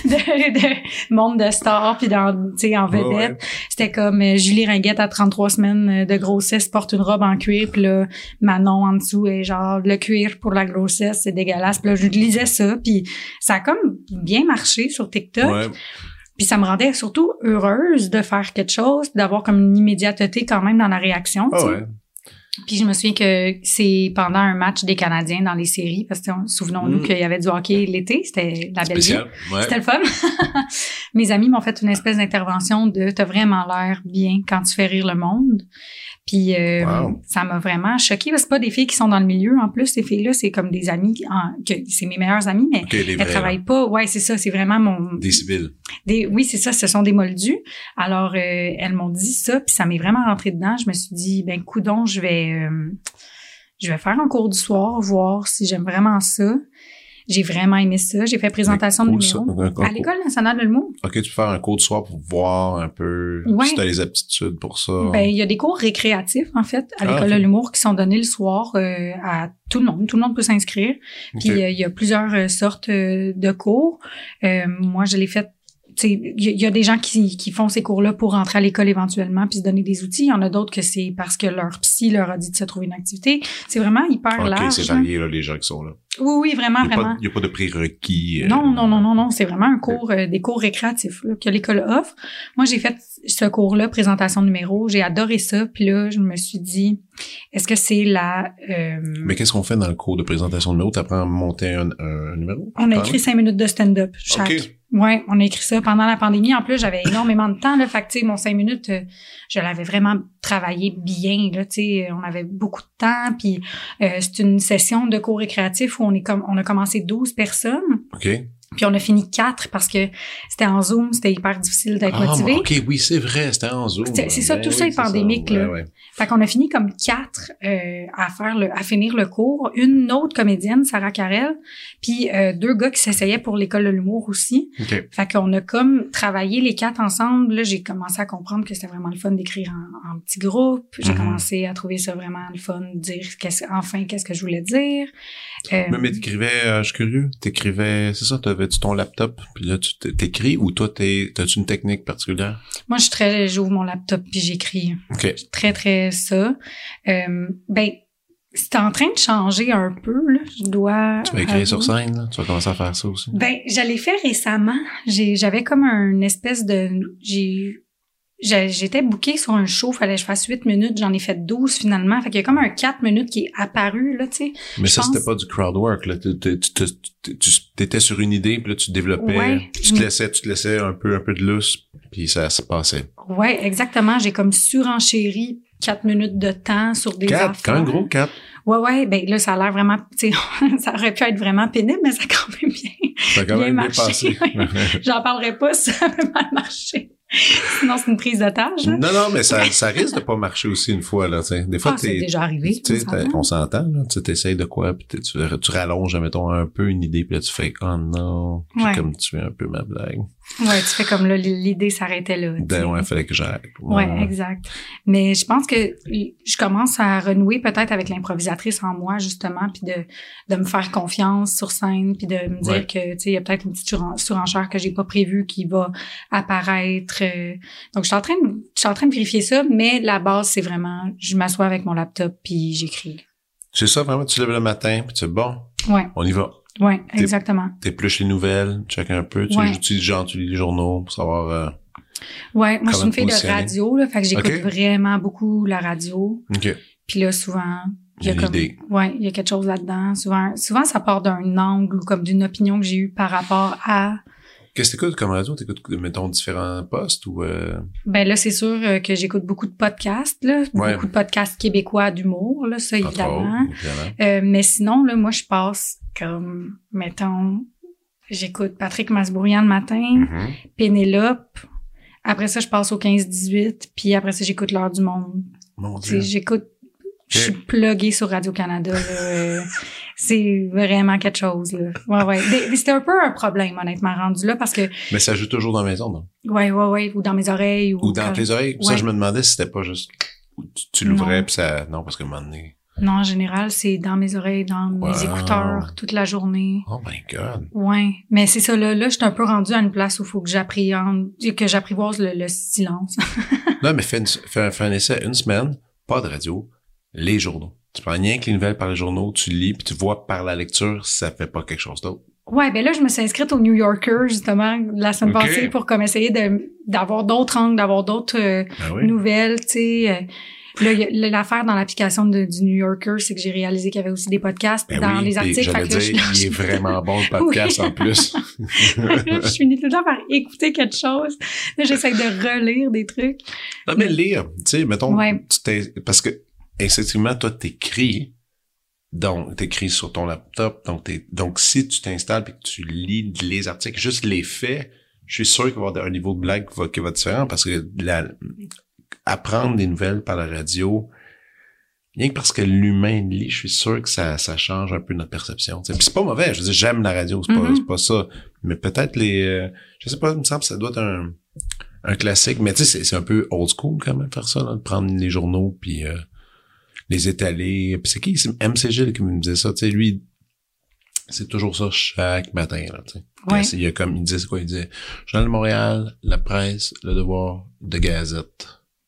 de monde de stars, puis en vedette. Oh, ouais. C'était comme Julie Ringuette à 33 semaines de grossesse porte une robe en cuir, puis là, Manon en dessous est genre le cuir pour la grossesse, c'est dégueulasse. Puis là, je lisais ça, puis ça a comme bien marché sur TikTok. Ouais. Puis ça me rendait surtout heureuse de faire quelque chose, d'avoir comme une immédiateté quand même dans la réaction. Oh ouais. Puis je me souviens que c'est pendant un match des Canadiens dans les séries, parce que souvenons-nous qu'il y avait du hockey l'été, c'était la belle vie. Ouais. C'était le fun. Mes amis m'ont fait une espèce d'intervention de « t'as vraiment l'air bien quand tu fais rire le monde ». Puis ça m'a vraiment choquée. C'est pas des filles qui sont dans le milieu. En plus, ces filles-là, c'est comme des amies, c'est mes meilleures amies, mais elles travaillent pas. Ouais, c'est ça. C'est vraiment des civils. Oui, c'est ça. Ce sont des moldus. Alors, elles m'ont dit ça, puis ça m'est vraiment rentré dedans. Je me suis dit, ben coudonc, je vais faire un cours du soir, voir si j'aime vraiment ça. J'ai vraiment aimé ça. J'ai fait présentation de numéro à l'École nationale de l'humour. OK, tu peux faire un cours du soir pour voir un peu si tu as les aptitudes pour ça. Ben, il y a des cours récréatifs, en fait, à l'École de l'humour qui sont donnés le soir à tout le monde. Tout le monde peut s'inscrire. Puis, il y a plusieurs sortes de cours. Moi, je l'ai fait. Il y a des gens qui font ces cours-là pour rentrer à l'école éventuellement puis se donner des outils. Il y en a d'autres que c'est parce que leur psy leur a dit de se trouver une activité. C'est vraiment hyper large. OK, c'est varié, là, les gens qui sont là. Oui, vraiment, vraiment. Il n'y a pas de prérequis. Non. C'est vraiment un cours, des cours récréatifs là, que l'école offre. Moi, j'ai fait ce cours-là, présentation de numéro. J'ai adoré ça. Puis là, je me suis dit, est-ce que c'est la... Mais qu'est-ce qu'on fait dans le cours de présentation de numéro? Tu apprends à monter un numéro? On a écrit 5 minutes de stand-up chaque. Okay. Ouais, on a écrit ça pendant la pandémie. En plus, j'avais énormément de temps, là. Fait que, tu sais, mon 5 minutes, je l'avais vraiment travaillé bien, là. Tu sais, on avait beaucoup de temps. Puis, c'est une session de cours récréatif où on a commencé 12 personnes. OK. Puis on a fini 4 parce que c'était en Zoom, c'était hyper difficile d'être motivé. OK, oui, c'est vrai, c'était en Zoom. C'est ça, tout ça est pandémique, là. Ouais. Fait qu'on a fini comme 4 à finir le cours. Une autre comédienne, Sarah Carrel, puis 2 gars qui s'essayaient pour l'École de l'humour aussi. Okay. Fait qu'on a comme travaillé les 4 ensemble. Là, j'ai commencé à comprendre que c'était vraiment le fun d'écrire en petits groupes. J'ai commencé à trouver ça vraiment le fun de dire qu'est-ce que je voulais dire. Mais t'écrivais, je suis curieux, c'est ça, t'avais-tu ton laptop, puis là, tu t'écris, ou toi, t'as-tu une technique particulière? Moi, j'ouvre mon laptop, puis j'écris. OK. Très, très ça. Ben, c'est en train de changer un peu, là. Tu vas écrire sur scène, là? Tu vas commencer à faire ça aussi? Ben, je l'ai fait récemment. J'avais comme une espèce de... J'étais bookée sur un show, fallait que je fasse 8 minutes, j'en ai fait 12 finalement. Fait qu'il y a comme un 4 minutes qui est apparu, là, tu sais. Mais ça, c'était pas du crowd work, là. T'étais sur une idée, puis là, tu développais, ouais, tu te laissais un peu de lousse, puis ça se passait. Ouais, exactement. J'ai comme surenchéri 4 minutes de temps sur des affaires. 4, quand même gros, 4. Ouais, ben là, ça a l'air vraiment, tu sais, ça aurait pu être vraiment pénible, mais ça a quand même ça a quand même bien passé. J'en parlerai pas si ça a mal marché. Sinon, c'est une prise d'otage. Hein? Non, mais ça risque de pas marcher aussi une fois, là, tu sais. Des fois, c'est déjà arrivé. Tu sais, on s'entend, là. Tu t'essayes de quoi, puis tu rallonges, mettons, un peu une idée, puis là, tu fais, oh non, puis comme tu fais un peu ma blague. Ouais, tu fais comme là, l'idée s'arrêtait là. Ouais, fallait que j'arrête. Ouais, exact. Mais je pense que je commence à renouer peut-être avec l'improvisatrice en moi, justement, puis de me faire confiance sur scène, puis de me dire que, tu sais, il y a peut-être une petite surenchère que j'ai pas prévue qui va apparaître. Donc, je suis en train de vérifier ça, mais la base, c'est vraiment, je m'assois avec mon laptop puis j'écris. C'est ça, vraiment, tu te lèves le matin, puis tu dis, bon, on y va. Ouais, exactement. T'épluches les nouvelles, tu checkes un peu, tu lis les journaux pour savoir... ouais, moi, je suis une fille de radio, là, fait que j'écoute vraiment beaucoup la radio. OK. Puis là, souvent... Il y a quelque chose là-dedans. Souvent, ça part d'un angle ou comme d'une opinion que j'ai eue par rapport à Qu'est-ce que t'écoutes comme radio? T'écoutes, mettons, différents postes ou... Ben là, c'est sûr que j'écoute beaucoup de podcasts, là. Ouais. Beaucoup de podcasts québécois d'humour, là, ça, évidemment. Évidemment. Mais sinon, là, moi, je passe comme, mettons, j'écoute Patrick Masbourian le matin, Mhm. Pénélope. Après ça, je passe au 15-18, puis après ça, j'écoute L'heure du monde. Mon Tu sais, Dieu. je suis pluguée sur Radio-Canada, là. C'est vraiment quelque chose, là. Ouais. C'était un peu un problème, honnêtement, rendu là, parce que, Mais ça joue toujours dans la maison, non? ouais, ou dans mes oreilles. Ou dans tes oreilles? Ça, Ouais. je me demandais si c'était pas juste... Tu l'ouvrais Non. puis ça... Non, parce qu'à un moment donné... Non, en général, c'est dans mes oreilles, dans mes Wow. écouteurs, toute la journée. Oh my God. Ouais. Mais c'est ça, là, je suis un peu rendue à une place où il faut que j'apprivoise le silence. Non, mais fais un essai une semaine, pas de radio, les journaux. Tu prends rien que les nouvelles par les journaux, tu lis, puis tu vois par la lecture si ça fait pas quelque chose d'autre. Ouais, ben là, je me suis inscrite au New Yorker, justement, la semaine Ok. passée pour comme essayer d'avoir d'autres angles, d'avoir d'autres Ben oui. nouvelles, tu sais. Là, l'affaire dans l'application du New Yorker, c'est que j'ai réalisé qu'il y avait aussi des podcasts Ben dans oui, les puis articles. j'allais Fait que là, dire, il est vraiment bon, le podcast, Oui. en plus. Fait que là, je finis tout le temps par écouter quelque chose. Là, j'essaie de relire des trucs. Non, mais lire, tu sais, mettons, Ouais. parce que, effectivement, toi, t'écris sur ton laptop, donc si tu t'installes et que tu lis les articles, juste les faits, je suis sûr qu'il va y avoir un niveau de blague qui va être différent, parce que apprendre des nouvelles par la radio, rien que parce que l'humain lit, je suis sûr que ça change un peu notre perception. T'sais. Puis c'est pas mauvais, je veux dire, j'aime la radio, c'est pas ça. Mais peut-être je sais pas, il me semble que ça doit être un classique, mais tu sais, c'est un peu old school quand même faire ça, là, de prendre les journaux puis les étaler. Puis c'est qui? C'est MC Gilles qui me disait ça, tu sais, lui, c'est toujours ça chaque matin, là, tu sais. Ouais. Il y a comme, il disait, c'est quoi? Il disait, Journal de Montréal, La Presse, Le Devoir, de Gazette.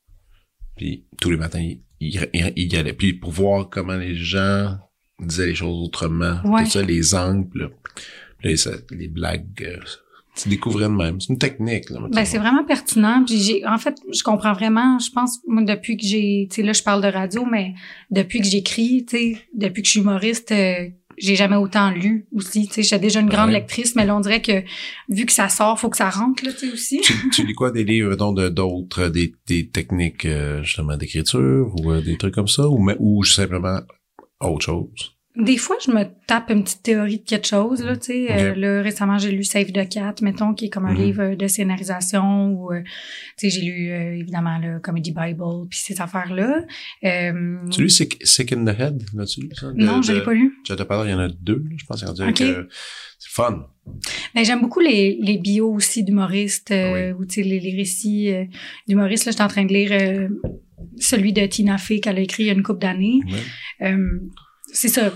Puis tous les matins, il y allait. Puis pour voir comment les gens disaient les choses autrement, Ouais. tout ça, les angles, là, les blagues, tu découvrais de même. C'est une technique. Là, Ben, c'est vraiment pertinent. Puis en fait, je comprends vraiment, je pense, moi, depuis que tu sais, là, je parle de radio, mais depuis que j'écris, tu sais, depuis que je suis humoriste, j'ai jamais autant lu aussi. Tu sais, j'étais déjà une grande Ouais. lectrice, mais là, on dirait que vu que ça sort, faut que ça rentre, là, tu sais, aussi. Tu lis quoi, des livres, d'autres, des techniques, justement, d'écriture, ou des trucs comme ça, ou simplement autre chose? Des fois, je me tape une petite théorie de quelque chose, là, tu sais. Ok. Là, récemment, j'ai lu Save the Cat, mettons, qui est comme un livre de scénarisation, ou, tu sais, j'ai lu, évidemment, le Comedy Bible, puis ces affaires-là. Tu lis Sick in the Head, là-tu lu ça? Non, je l'ai pas lu. Je te parle, il y en a 2, là, je pense, on dirait Ok. que c'est fun. Ben, j'aime beaucoup les bios aussi d'humoristes, Oui. ou, tu sais, les récits d'humoristes. Là, j'étais en train de lire celui de Tina Fey qu'elle a écrit il y a une couple d'années. Ouais. C'est ça,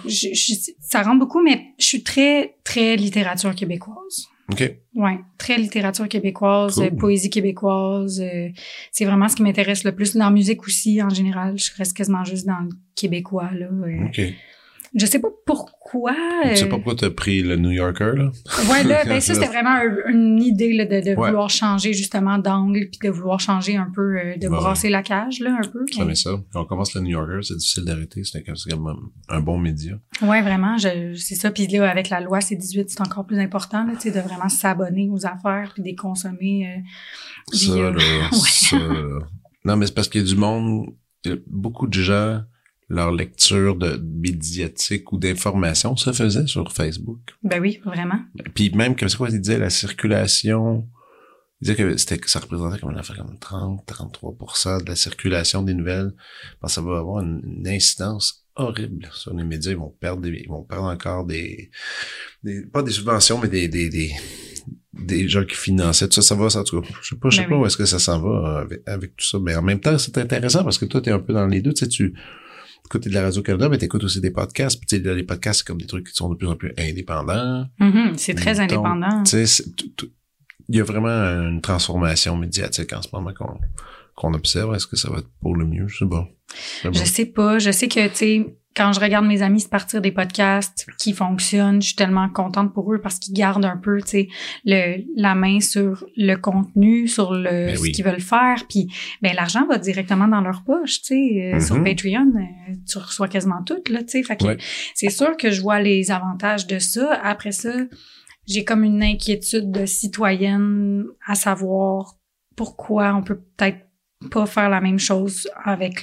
ça rentre beaucoup, mais je suis très, très littérature québécoise. OK. Ouais, très littérature québécoise, Cool. poésie québécoise. C'est vraiment ce qui m'intéresse le plus. Dans la musique aussi, en général, je reste quasiment juste dans le québécois, là. OK. Je sais pas pourquoi. Tu sais pas pourquoi t'as pris le New Yorker, là? Ouais, là, ben ça, c'était vraiment une idée là, de Ouais. vouloir changer justement d'angle, puis de vouloir changer un peu, de Ouais. brasser la cage, là, un peu. J'aimais ça. Quand on commence le New Yorker, c'est difficile d'arrêter. C'est comme un bon média. Ouais, vraiment, c'est ça. Puis là, avec la loi C-18, c'est encore plus important, là, tu sais, de vraiment s'abonner aux affaires puis de les consommer. Ça, là, ça, là. Non, mais c'est parce qu'il y a du monde, il y a beaucoup de gens, leur lecture de médiatique ou d'information se faisait sur Facebook. Ben oui, vraiment. Puis même, comme c'est quoi, il disait la circulation, il disait que ça représentait comme une affaire comme 30-33% de la circulation des nouvelles. Parce que ça va avoir une incidence horrible sur les médias. Ils vont perdre encore des pas des subventions, mais des gens qui finançaient tout ça. Ça va, ça, en tout cas. Je sais pas oui. où est-ce que ça s'en va avec tout ça. Mais en même temps, c'est intéressant parce que toi, t'es un peu dans les deux. Tu sais, tu écoutes de la Radio-Canada, mais t'écoutes aussi des podcasts. Puis tu sais, les podcasts, c'est comme des trucs qui sont de plus en plus indépendants. C'est très Donc, indépendant. Tu sais, il y a vraiment une transformation médiatique en ce moment qu'on observe. Est-ce que ça va être pour le mieux? Je sais pas. Je sais pas. Je sais que, tu sais, quand je regarde mes amis se partir des podcasts qui fonctionnent, je suis tellement contente pour eux parce qu'ils gardent un peu, tu sais, la main sur le contenu, sur Ben ce oui. qu'ils veulent faire. Puis, ben, l'argent va directement dans leur poche, tu sais. Sur Patreon, tu reçois quasiment tout, là, tu sais. Fait que Ouais. c'est sûr que je vois les avantages de ça. Après ça, j'ai comme une inquiétude de citoyenne à savoir pourquoi on peut peut-être pas faire la même chose avec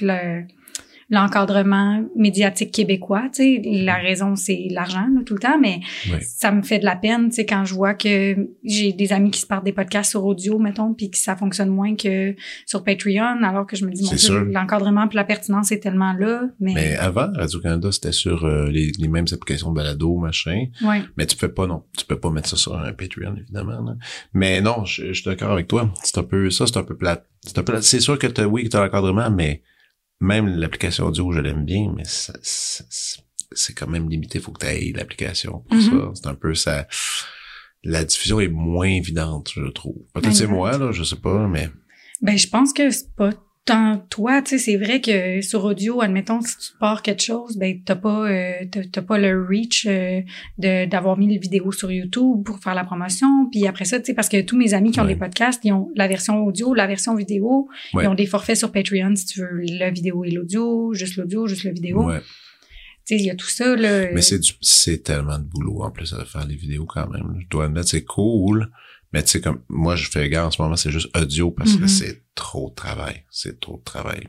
l'encadrement médiatique québécois, tu sais, la raison c'est l'argent là, tout le temps, mais ça me fait de la peine, tu sais, quand je vois que j'ai des amis qui se partent des podcasts sur audio, mettons, puis que ça fonctionne moins que sur Patreon, alors que je me dis, mon Dieu, l'encadrement puis la pertinence est tellement là, mais avant, Radio-Canada, c'était sur les mêmes applications de balado, machin, mais tu peux pas mettre ça sur un Patreon, évidemment, là. Mais non, je suis d'accord avec toi, c'est un peu plate. C'est sûr que t'as l'encadrement, mais même l'application audio, je l'aime bien, mais c'est quand même limité. Faut que tu ailles l'application pour ça. C'est un peu ça. La diffusion est moins évidente, je trouve. Peut-être c'est moi, là, je sais pas, mais... Ben, je pense que c'est pas tant toi, tu sais, c'est vrai que sur audio, admettons, si tu pars quelque chose, ben, t'as pas le reach d'avoir mis les vidéos sur YouTube pour faire la promotion. Puis après ça, tu sais, parce que tous mes amis qui ont des podcasts, ils ont la version audio, la version vidéo. Ils ont des forfaits sur Patreon si tu veux la vidéo et l'audio, juste la vidéo. Tu sais, il y a tout ça, là. Mais c'est tellement de boulot, en plus, à faire les vidéos quand même. Je dois admettre, c'est cool. Mais tu sais, comme moi, je fais gare en ce moment, c'est juste audio parce que c'est trop de travail. C'est trop de travail.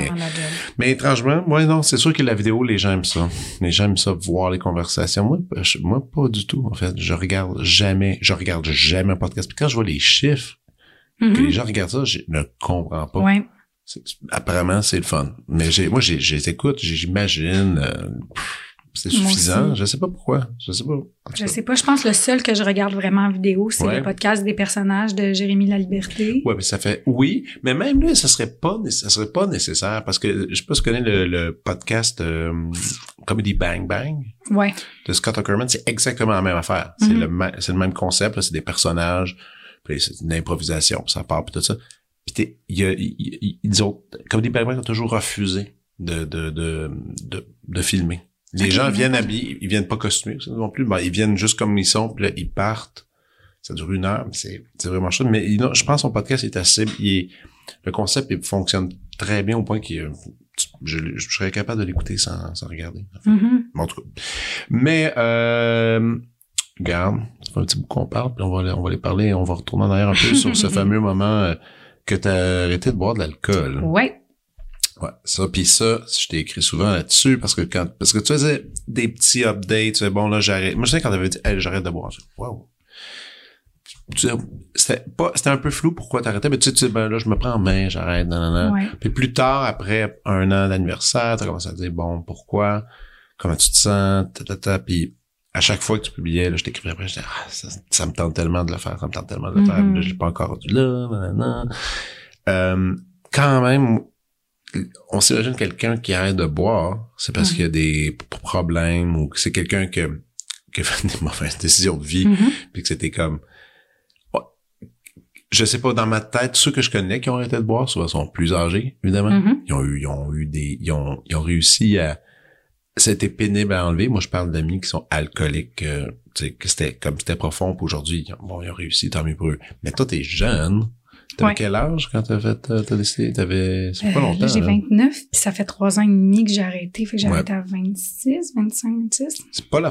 Mais étrangement, moi, non, c'est sûr que la vidéo, les gens aiment ça. Les gens aiment ça, voir les conversations. Moi, pas du tout, en fait. Je regarde jamais un podcast. Puis quand je vois les chiffres, que les gens regardent ça, je ne comprends pas. Apparemment, c'est le fun. Mais je les écoute, j'imagine... c'est suffisant. Je sais pas pourquoi. Je sais pas. Je pense que le seul que je regarde vraiment en vidéo, c'est le podcast des personnages de Jérémy Laliberté. Ouais, mais ça fait, mais même là, ça serait pas nécessaire parce que je sais pas si tu connais le podcast, Comedy Bang Bang. Ouais. De Scott Aukerman, c'est exactement la même affaire. C'est le même concept, là, c'est des personnages, puis c'est une improvisation, puis ça part, puis tout ça. Puis ils ont, Comedy Bang Bang a toujours refusé de filmer. Les gens viennent habillés, ils viennent pas costumés non plus, ils viennent juste comme ils sont, puis là, ils partent. Ça dure 1 heure, c'est vraiment chouette. Mais je pense que son podcast est assez... le concept il fonctionne très bien au point que je serais capable de l'écouter sans regarder. En tout cas. Mais, regarde, ça fait un petit bout qu'on parle, puis on va les parler, on va retourner en arrière un peu sur ce fameux moment que tu as arrêté de boire de l'alcool. Ouais. Ouais, ça, puis ça, je t'ai écrit souvent là-dessus parce que tu faisais des petits updates, tu sais, bon, là, j'arrête. Moi, je sais quand t'avais dit, hey, j'arrête de boire. Wow. C'était un peu flou pourquoi t'arrêtais, mais tu sais, ben là, je me prends en main, j'arrête, nanana. Ouais. Puis plus tard, après 1 an d'anniversaire, t'as commencé à dire, bon, pourquoi? Comment tu te sens? Puis à chaque fois que tu publiais, là, je t'écrivais après, je disais, ça me tente tellement de le faire, faire. Là, je l'ai pas encore rendu là, nanana. Quand même, on s'imagine quelqu'un qui arrête de boire, c'est parce qu'il y a des problèmes ou que c'est quelqu'un qui a fait des mauvaises décisions de vie, puis que c'était comme... Je sais pas, dans ma tête, ceux que je connais qui ont arrêté de boire, souvent sont plus âgés, évidemment. Ils ont réussi à... C'était pénible à enlever. Moi, je parle d'amis qui sont alcooliques, tu sais, que c'était profond, puis aujourd'hui, ils ont réussi, tant mieux pour eux. Mais toi, t'es jeune. T'avais quel âge quand t'as décidé? C'est pas longtemps. Là, j'ai 29, puis ça fait 3 ans et demi que j'ai arrêté. Fait que j'ai arrêté à 26, 25, 26. C'est pas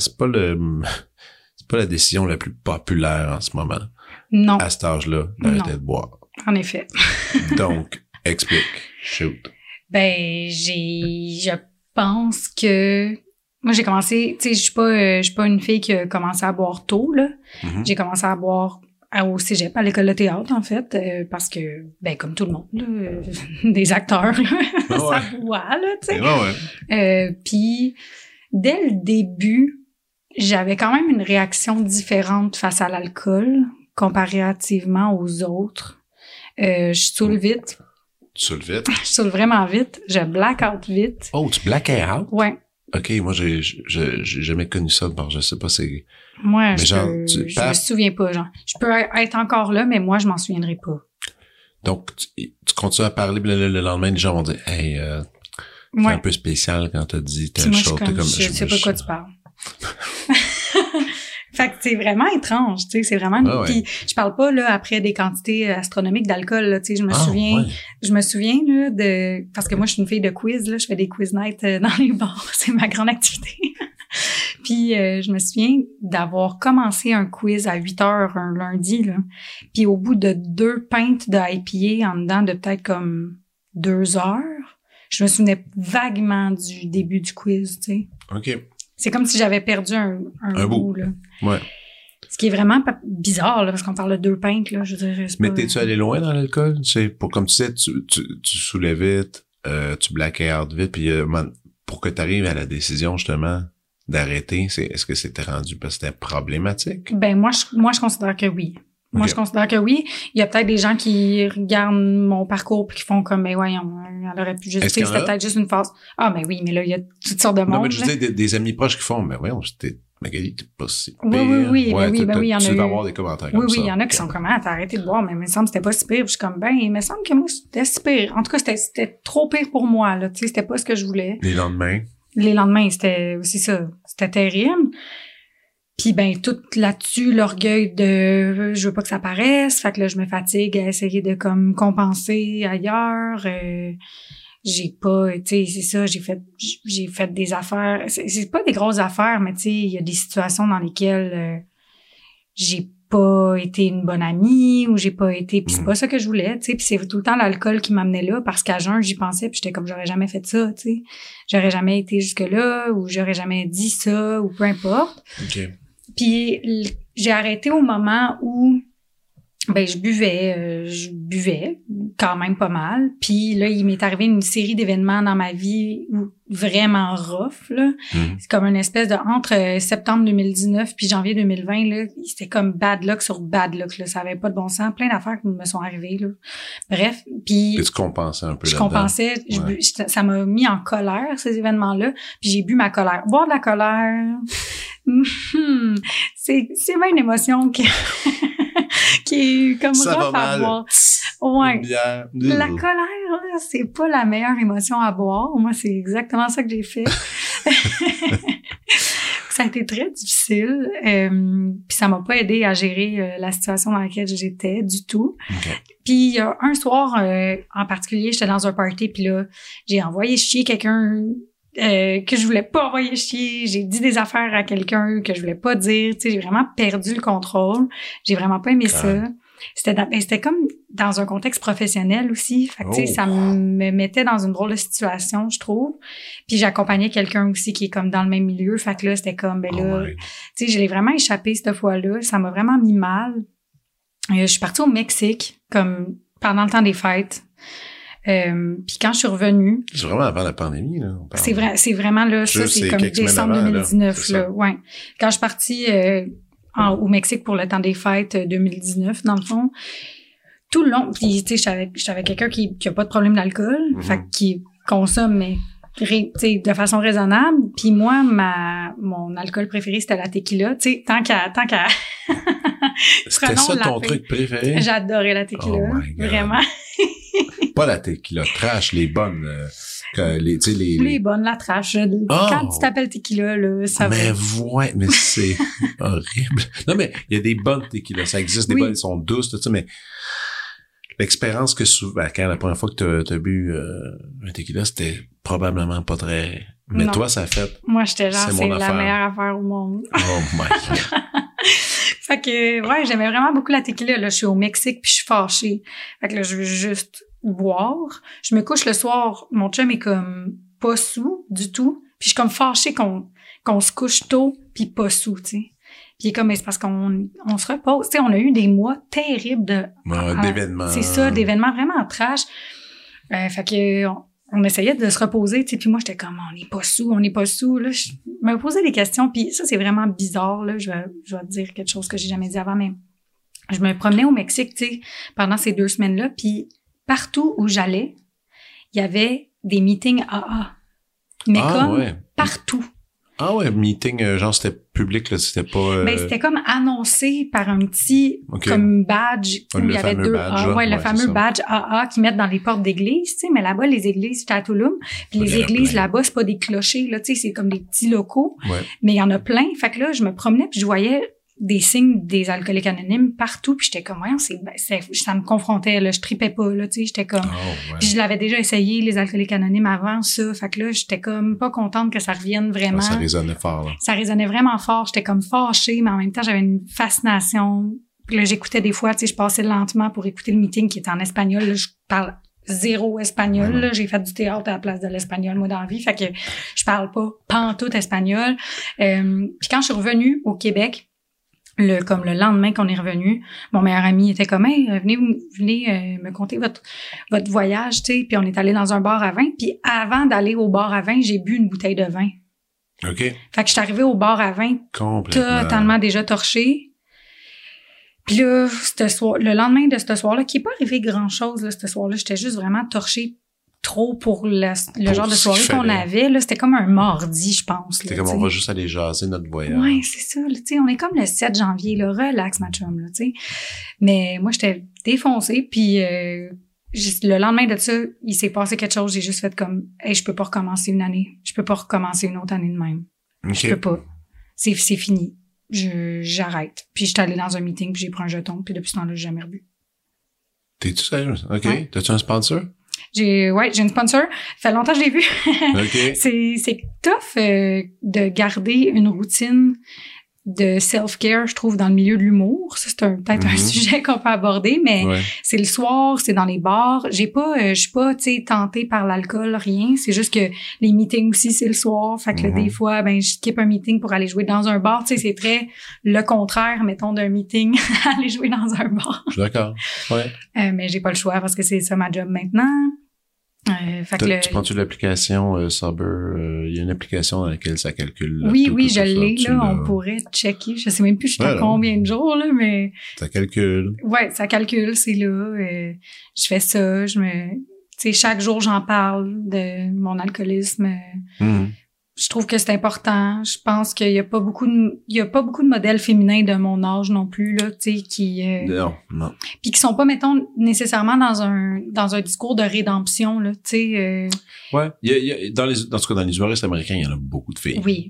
la décision la plus populaire en ce moment. Non. À cet âge-là, d'arrêter de boire. En effet. Donc, explique. Shoot. Ben, je pense que... Moi, j'ai commencé... Tu sais, je suis pas une fille qui a commencé à boire tôt, là. J'ai commencé à boire au cégep, à l'école de théâtre, en fait, parce que, ben, comme tout le monde, là, des acteurs, là, ça boit, là, tu sais. Puis, dès le début, j'avais quand même une réaction différente face à l'alcool, comparativement aux autres. Je saoule vite. Tu saules vite? Je saoule vraiment vite. Je black out vite. Oh, tu blackais out? Ouais. OK, moi, j'ai jamais connu ça, je sais pas, c'est... Moi, mais je me souviens pas, genre. Je peux être encore là, mais moi, je m'en souviendrai pas. Donc, tu continues à parler, le lendemain, les gens vont dire, hey, c'est un peu spécial quand t'as dit telle chose. Je sais pas de quoi tu parles. Fait que c'est vraiment étrange, tu sais, c'est vraiment... Puis je parle pas, là, après des quantités astronomiques d'alcool, là, tu sais, je me souviens, là, parce que moi, je suis une fille de quiz, là, je fais des quiz nights dans les bars, c'est ma grande activité. Puis je me souviens d'avoir commencé un quiz à 8h un lundi, là. Puis au bout de 2 pintes de IPA en dedans de peut-être comme 2 heures, je me souvenais vaguement du début du quiz, tu sais. OK. C'est comme si j'avais perdu un bout, là. Ouais. Ce qui est vraiment bizarre, là, parce qu'on parle de 2 pintes, là, je dirais. Mais t'es-tu allé loin dans l'alcool? Tu sais, comme tu sais, tu saoulais vite, tu blackais out vite, puis pour que tu arrives à la décision, justement, d'arrêter, est-ce que c'était rendu parce que c'était problématique? Ben, moi, je considère que oui. Moi, Okay. je considère que oui. Il y a peut-être des gens qui regardent mon parcours puis qui font comme, ben voyons, elle aurait pu juste, c'était peut-être juste une phase. Ah, ben oui, mais là, il y a toutes sortes de monde. Non, mais je veux dire, des amis proches qui font, mais voyons, Magali, t'es pas si pire. Oui, ouais, il y en a tu eu. vas avoir des commentaires comme ça. Oui, il y en a qui sont comme, t'as arrêté de boire, mais il me semble que c'était pas si pire. Puis je suis comme, ben, il me semble que moi, c'était si pire. En tout cas, c'était trop pire pour moi, là. Tu sais, c'était pas ce que je voulais. Les lendemains, c'était aussi ça. C'était terrible. Puis ben tout là-dessus, l'orgueil de je veux pas que ça paraisse, fait que là je me fatigue à essayer de comme compenser ailleurs. J'ai pas, tu sais, c'est ça, j'ai fait des affaires, c'est pas des grosses affaires, mais tu sais, il y a des situations dans lesquelles j'ai pas été une bonne amie ou j'ai pas été, puis c'est pas ça que je voulais, tu sais, puis c'est tout le temps l'alcool qui m'amenait là parce qu'à jeun j'y pensais puis j'étais comme j'aurais jamais fait ça, tu sais, j'aurais jamais été jusque là ou j'aurais jamais dit ça ou peu importe. OK. Puis j'ai arrêté au moment où ben je buvais quand même pas mal. Puis là, il m'est arrivé une série d'événements dans ma vie vraiment rough, là. C'est comme une espèce de entre septembre 2019 puis janvier 2020, là, c'était comme bad luck sur bad luck, là. Ça avait pas de bon sens. Plein d'affaires qui me sont arrivées, là. Bref, puis tu compensais un peu je là-dedans. compensais. Ça m'a mis en colère, ces événements-là. Puis j'ai bu ma colère. Boire de la colère, c'est bien une émotion qui est comme ça rough va à mal. boire. Ouais. Bière. La colère, là, c'est pas la meilleure émotion à boire. Moi, c'est exactement ça que j'ai fait. Ça a été très difficile. Puis ça m'a pas aidé à gérer la situation dans laquelle j'étais du tout. Okay. Puis il y a un soir en particulier, j'étais dans un party, puis là, j'ai envoyé chier quelqu'un que je voulais pas envoyer chier. J'ai dit des affaires à quelqu'un que je voulais pas dire. Tu sais, j'ai vraiment perdu le contrôle. J'ai vraiment pas aimé ça. C'était comme dans un contexte professionnel aussi. Fait que, tu sais, ça me mettait dans une drôle de situation, je trouve. Puis j'accompagnais quelqu'un aussi qui est comme dans le même milieu. Fait que là, c'était comme, ben là, tu sais, je l'ai vraiment échappé cette fois-là. Ça m'a vraiment mis mal. Je suis partie au Mexique, comme pendant le temps des fêtes. Puis quand je suis revenue... C'est vraiment avant la pandémie, là. C'est vraiment là, ça, c'est comme décembre 2019, là. Ouais. Quand je suis partie au Mexique pour le temps des fêtes 2019, dans le fond, tout le long, puis tu sais, j'avais quelqu'un qui a pas de problème d'alcool, fait qui consomme, mais tu sais, de façon raisonnable. Puis moi, mon alcool préféré, c'était la tequila. Tu sais, tant qu'à C'était ça ton truc préféré? J'adorais la tequila. Vraiment. Pas la tequila trash, les bonnes, les bonnes, la trash. Quand tu t'appelles tequila, là, ça va. Mais c'est horrible. Non, mais il y a des bonnes tequilas. Ça existe, des bonnes, elles sont douces, tout ça, mais l'expérience que souvent, quand la première fois que t'as bu un tequila, c'était probablement pas très... Mais non. Toi, ça a fait... Moi, j'étais genre, c'est la meilleure affaire au monde. Oh my God. Fait que, ouais, j'aimais vraiment beaucoup la tequila. Là, je suis au Mexique puis je suis fâchée. Fait que là, je veux juste boire. Je me couche le soir. Mon chum est comme pas sous du tout. Puis je suis comme fâchée qu'on se couche tôt puis pas sous, tu sais. Puis il est comme, mais c'est parce qu'on se repose. Tu sais, on a eu des mois terribles d'événements. C'est ça, d'événements vraiment trash. Fait que on essayait de se reposer, tu sais, puis moi, j'étais comme, on n'est pas sous. Là, je me posais des questions, puis ça, c'est vraiment bizarre, là. Je vais te dire quelque chose que j'ai jamais dit avant, mais je me promenais au Mexique, tu sais, pendant ces 2 semaines-là, puis partout où j'allais, il y avait des meetings AA. Mais partout. Ah ouais, meeting, genre c'était public, là, c'était pas... Ben, c'était comme annoncé par un petit comme badge où il y avait 2 badge, le fameux badge AA qu'ils mettent dans les portes d'église, tu sais, mais là-bas, les églises, c'est à Tulum, puis les églises là-bas, c'est pas des clochers, là, tu sais, c'est comme des petits locaux, mais il y en a plein. Fait que là, je me promenais puis je voyais des signes des alcooliques anonymes partout, puis j'étais comme, voyons, ça me confrontait, là, je tripais pas, là, tu sais, j'étais comme, puis je l'avais déjà essayé, les alcooliques anonymes avant ça, fait que là, j'étais comme pas contente que ça revienne vraiment. Ça résonnait fort, là. Ça résonnait vraiment fort, j'étais comme fâchée, mais en même temps, j'avais une fascination. Puis là, j'écoutais des fois, tu sais, je passais lentement pour écouter le meeting qui était en espagnol, là, je parle zéro espagnol, là, j'ai fait du théâtre à la place de l'espagnol, moi, dans la vie, fait que je parle pas pantoute espagnol. Puis quand je suis revenue au Québec, comme le lendemain qu'on est revenu, mon meilleur ami était comme, hey, venez me conter votre voyage, tu sais. Puis on est allé dans un bar à vin. Puis avant d'aller au bar à vin, j'ai bu une bouteille de vin. OK. Fait que je suis arrivée au bar à vin totalement déjà torchée. Puis là, le lendemain de ce soir-là, qui est pas arrivé grand-chose, là, ce soir-là, j'étais juste vraiment torchée trop pour le genre de soirée qu'on avait, là. C'était comme un mardi, je pense. C'était comme, on va juste aller jaser notre voyage. Ouais, c'est ça, tu sais. On est comme le 7 janvier, là. Relax, ma chum, là, tu sais. Mais moi, j'étais défoncée, puis le lendemain de ça, il s'est passé quelque chose. J'ai juste fait comme, hey, je peux pas recommencer une année. Je peux pas recommencer une autre année de même. Okay. Je peux pas. C'est fini. J'arrête. Puis j'étais allée dans un meeting, puis j'ai pris un jeton, puis depuis ce temps-là, j'ai jamais rebu. T'es-tu sérieuse? OK. Ouais. T'as-tu un sponsor? J'ai une sponsor. Ça fait longtemps que je l'ai vu. OK. C'est tough de garder une routine de self-care, je trouve, dans le milieu de l'humour. Ça, c'est peut-être un sujet qu'on peut aborder, mais c'est le soir, c'est dans les bars. Je suis pas, tu sais, tentée par l'alcool, rien. C'est juste que les meetings aussi, c'est le soir. Fait que là, des fois, je skip un meeting pour aller jouer dans un bar. Tu sais, c'est très le contraire, mettons, d'un meeting, aller jouer dans un bar. Je suis d'accord. Ouais. Mais j'ai pas le choix parce que c'est ça ma job maintenant. Tu prends-tu l'application Sober? Il y a une application dans laquelle ça calcule. Oui, je l'ai, là. On pourrait checker. Je sais même plus jusqu'à combien de jours, là, mais. Ça calcule. Ouais, ça calcule, c'est là. Je fais ça, tu sais, chaque jour, j'en parle de mon alcoolisme. Je trouve que c'est important. Je pense qu'il y a pas beaucoup de modèles féminins de mon âge non plus, là, tu sais, qui. Non. Puis qui sont pas, mettons, nécessairement dans un discours de rédemption, là, tu sais. Ouais. En tout cas, dans les humoristes américains, il y en a beaucoup de filles. Oui.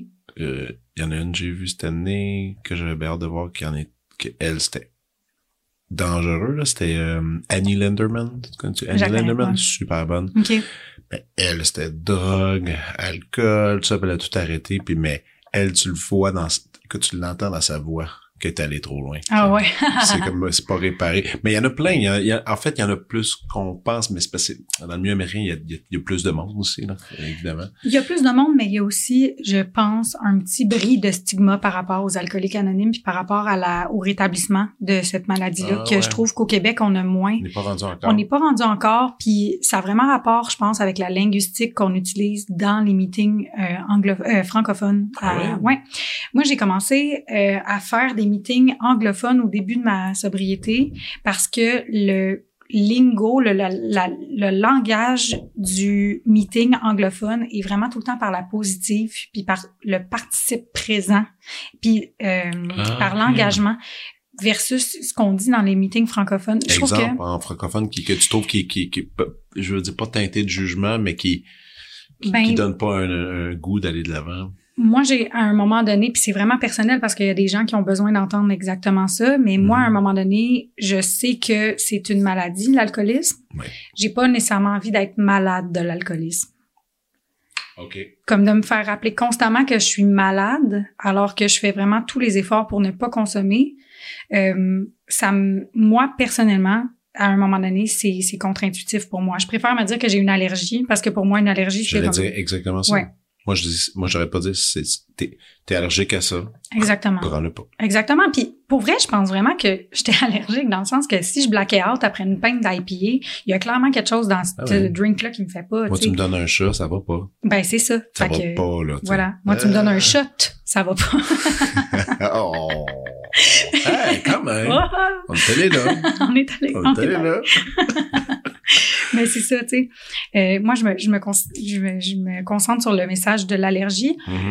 Il y en a une, j'ai vu cette année, que j'avais hâte de voir, qu'elle, c'était dangereux, là. C'était Annie Lenderman. Tu connais-tu Annie Lenderman? Super bonne. OK. Mais elle, c'était drogue, alcool, tout ça, elle a tout arrêté, puis mais elle, tu le vois que tu l'entends dans sa voix, qu'elle est allée trop loin. Ah ouais. c'est pas réparé. Mais il y en a plein, en fait, il y en a plus qu'on pense, mais c'est parce que dans le milieu américain, il y a plus de monde aussi, là, évidemment. Il y a plus de monde, mais il y a aussi, je pense, un petit bris de stigma par rapport aux alcooliques anonymes puis par rapport au rétablissement de cette maladie-là, je trouve qu'au Québec, on a moins. On n'est pas rendu encore. On n'est pas rendu encore, puis ça a vraiment rapport, je pense, avec la linguistique qu'on utilise dans les meetings francophones. Ouais. Moi, j'ai commencé à faire des meetings anglophones au début de ma sobriété parce que le lingo, le langage du meeting anglophone est vraiment tout le temps par la positive, puis par le participe présent, puis par l'engagement versus ce qu'on dit dans les meetings francophones. Je trouve que en francophone que tu trouves qui je veux dire pas teinté de jugement, mais qui donne pas un goût d'aller de l'avant. Moi, à un moment donné, puis c'est vraiment personnel parce qu'il y a des gens qui ont besoin d'entendre exactement ça, mais moi, à un moment donné, je sais que c'est une maladie, l'alcoolisme. Ouais. J'ai pas nécessairement envie d'être malade de l'alcoolisme. OK. Comme de me faire rappeler constamment que je suis malade alors que je fais vraiment tous les efforts pour ne pas consommer. Moi, personnellement, à un moment donné, c'est contre-intuitif pour moi. Je préfère me dire que j'ai une allergie parce que pour moi, une allergie, je vais dire exactement ça. Ouais. Moi, j'aurais pas dit t'es allergique à ça. Exactement. Prends-le pas. Exactement. Puis, pour vrai, je pense vraiment que j'étais allergique dans le sens que si je blackais out après une pinte d'IPA, il y a clairement quelque chose dans ce drink-là qui me fait pas. Moi, tu me donnes un chat, ça va pas. Ben, c'est ça. Ça va pas, là. Voilà. Moi, tu me donnes un shot, ça va pas. Oh! Hey, quand même! On est allé là. On est allé là. Mais c'est ça, tu sais. Moi, je me concentre sur le message de l'allergie.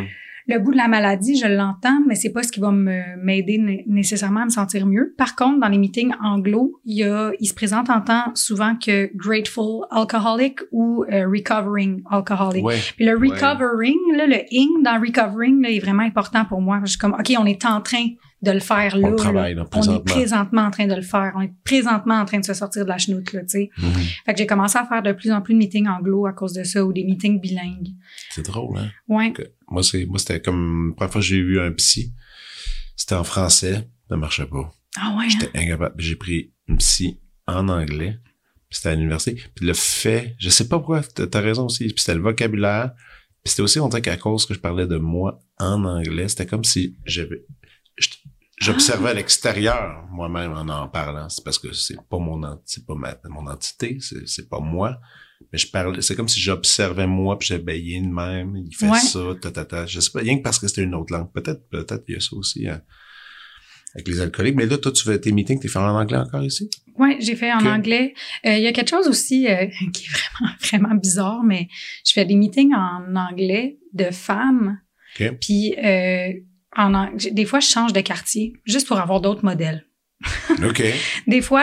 le bout de la maladie, je l'entends, mais c'est pas ce qui va m'aider nécessairement à me sentir mieux. Par contre, dans les meetings anglo, il se présente en temps souvent que grateful alcoholic ou recovering alcoholic. Ouais. Puis le recovering, là, le ing dans recovering là, est vraiment important pour moi. Je suis comme, OK, on est en train de le faire là. On travaille, là, on est présentement en train de le faire. On est présentement en train de se sortir de la chenoute, là, tu sais. Fait que j'ai commencé à faire de plus en plus de meetings anglo à cause de ça ou des meetings bilingues. C'est drôle, hein? Ouais. Moi, c'était comme, la première fois que j'ai vu un psy, c'était en français, ça marchait pas. Ah ouais. J'étais incapable. J'ai pris une psy en anglais, puis c'était à l'université. Puis le fait, je sais pas pourquoi, t'as raison aussi, puis c'était le vocabulaire, puis c'était aussi, on dirait qu'à cause que je parlais de moi en anglais, c'était comme si j'observais à l'extérieur moi-même en parlant. C'est parce que c'est pas mon entité, c'est pas moi. Mais je parlais, c'est comme si j'observais moi, puis j'avais il est de même, il fait ça, je sais pas, rien que parce que c'était une autre langue. Peut-être il y a ça aussi hein, avec les alcooliques. Mais là, toi, tu fais tes meetings, t'es fait en anglais encore ici? Oui, j'ai fait en anglais. Il y a quelque chose aussi qui est vraiment, vraiment bizarre, mais je fais des meetings en anglais de femmes. Puis des fois, je change de quartier juste pour avoir d'autres modèles. OK. Des fois,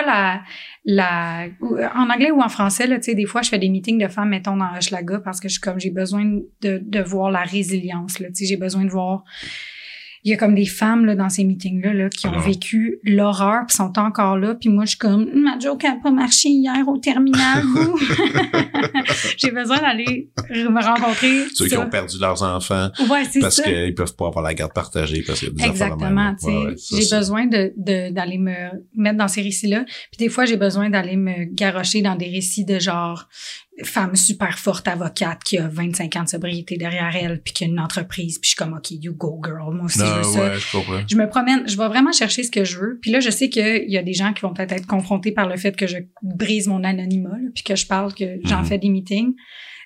en anglais ou en français, là, tu sais, des fois, je fais des meetings de femmes, mettons, dans Hochelaga, parce que j'ai besoin de voir la résilience, là, tu sais, j'ai besoin de voir. Il y a comme des femmes, là, dans ces meetings-là, là, qui ont vécu l'horreur pis sont encore là, puis moi, je suis comme, ma joke a pas marché hier au terminal, vous. J'ai besoin d'aller me rencontrer. Ceux qui ont perdu leurs enfants. Ouais, c'est parce ça. qu'ils peuvent pas avoir la garde partagée parce qu'il y a des exactement, tu sais. J'ai besoin d'aller me mettre dans ces récits-là. Puis des fois, j'ai besoin d'aller me garrocher dans des récits de genre femme super forte avocate qui a 25 ans de sobriété derrière elle puis qui a une entreprise puis je suis comme OK, you go girl, moi aussi je veux ça. Ouais, je comprends. Je me promène, je vais vraiment chercher ce que je veux. Puis là, je sais qu'il y a des gens qui vont peut-être être confrontés par le fait que je brise mon anonymat là, puis que je parle que j'en fais des meetings.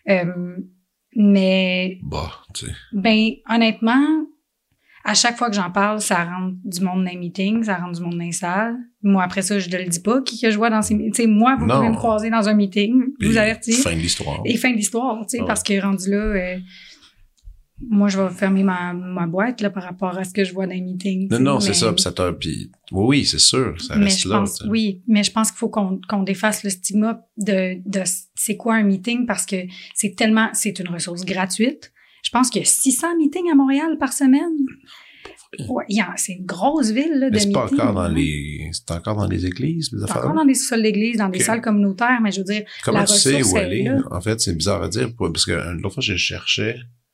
Mais tu sais. ben honnêtement, à chaque fois que j'en parle, ça rentre du monde dans les meetings, ça rentre du monde dans les salles. Moi, après ça, je ne le dis pas qui que je vois dans ces meetings. Tu sais, moi, vous pouvez me croiser dans un meeting, vous avertir. Fin de l'histoire. Et fin de l'histoire, tu sais, parce que rendu là, moi, je vais fermer ma boîte là par rapport à ce que je vois dans les meetings. Non, c'est ça. Puis oui, c'est sûr, ça reste là. Oui, mais je pense qu'il faut qu'on défasse le stigma de c'est quoi un meeting parce que c'est une ressource gratuite. Je pense qu'il y a 600 meetings à Montréal par semaine. Ouais, c'est une grosse ville là, de meetings. C'est encore dans les églises, les affaires. C'est encore dans des sous-sols d'église, dans des salles communautaires, mais je veux dire, comment la tu sais où aller? Là. En fait, c'est bizarre à dire, parce que l'autre fois, je cherchais,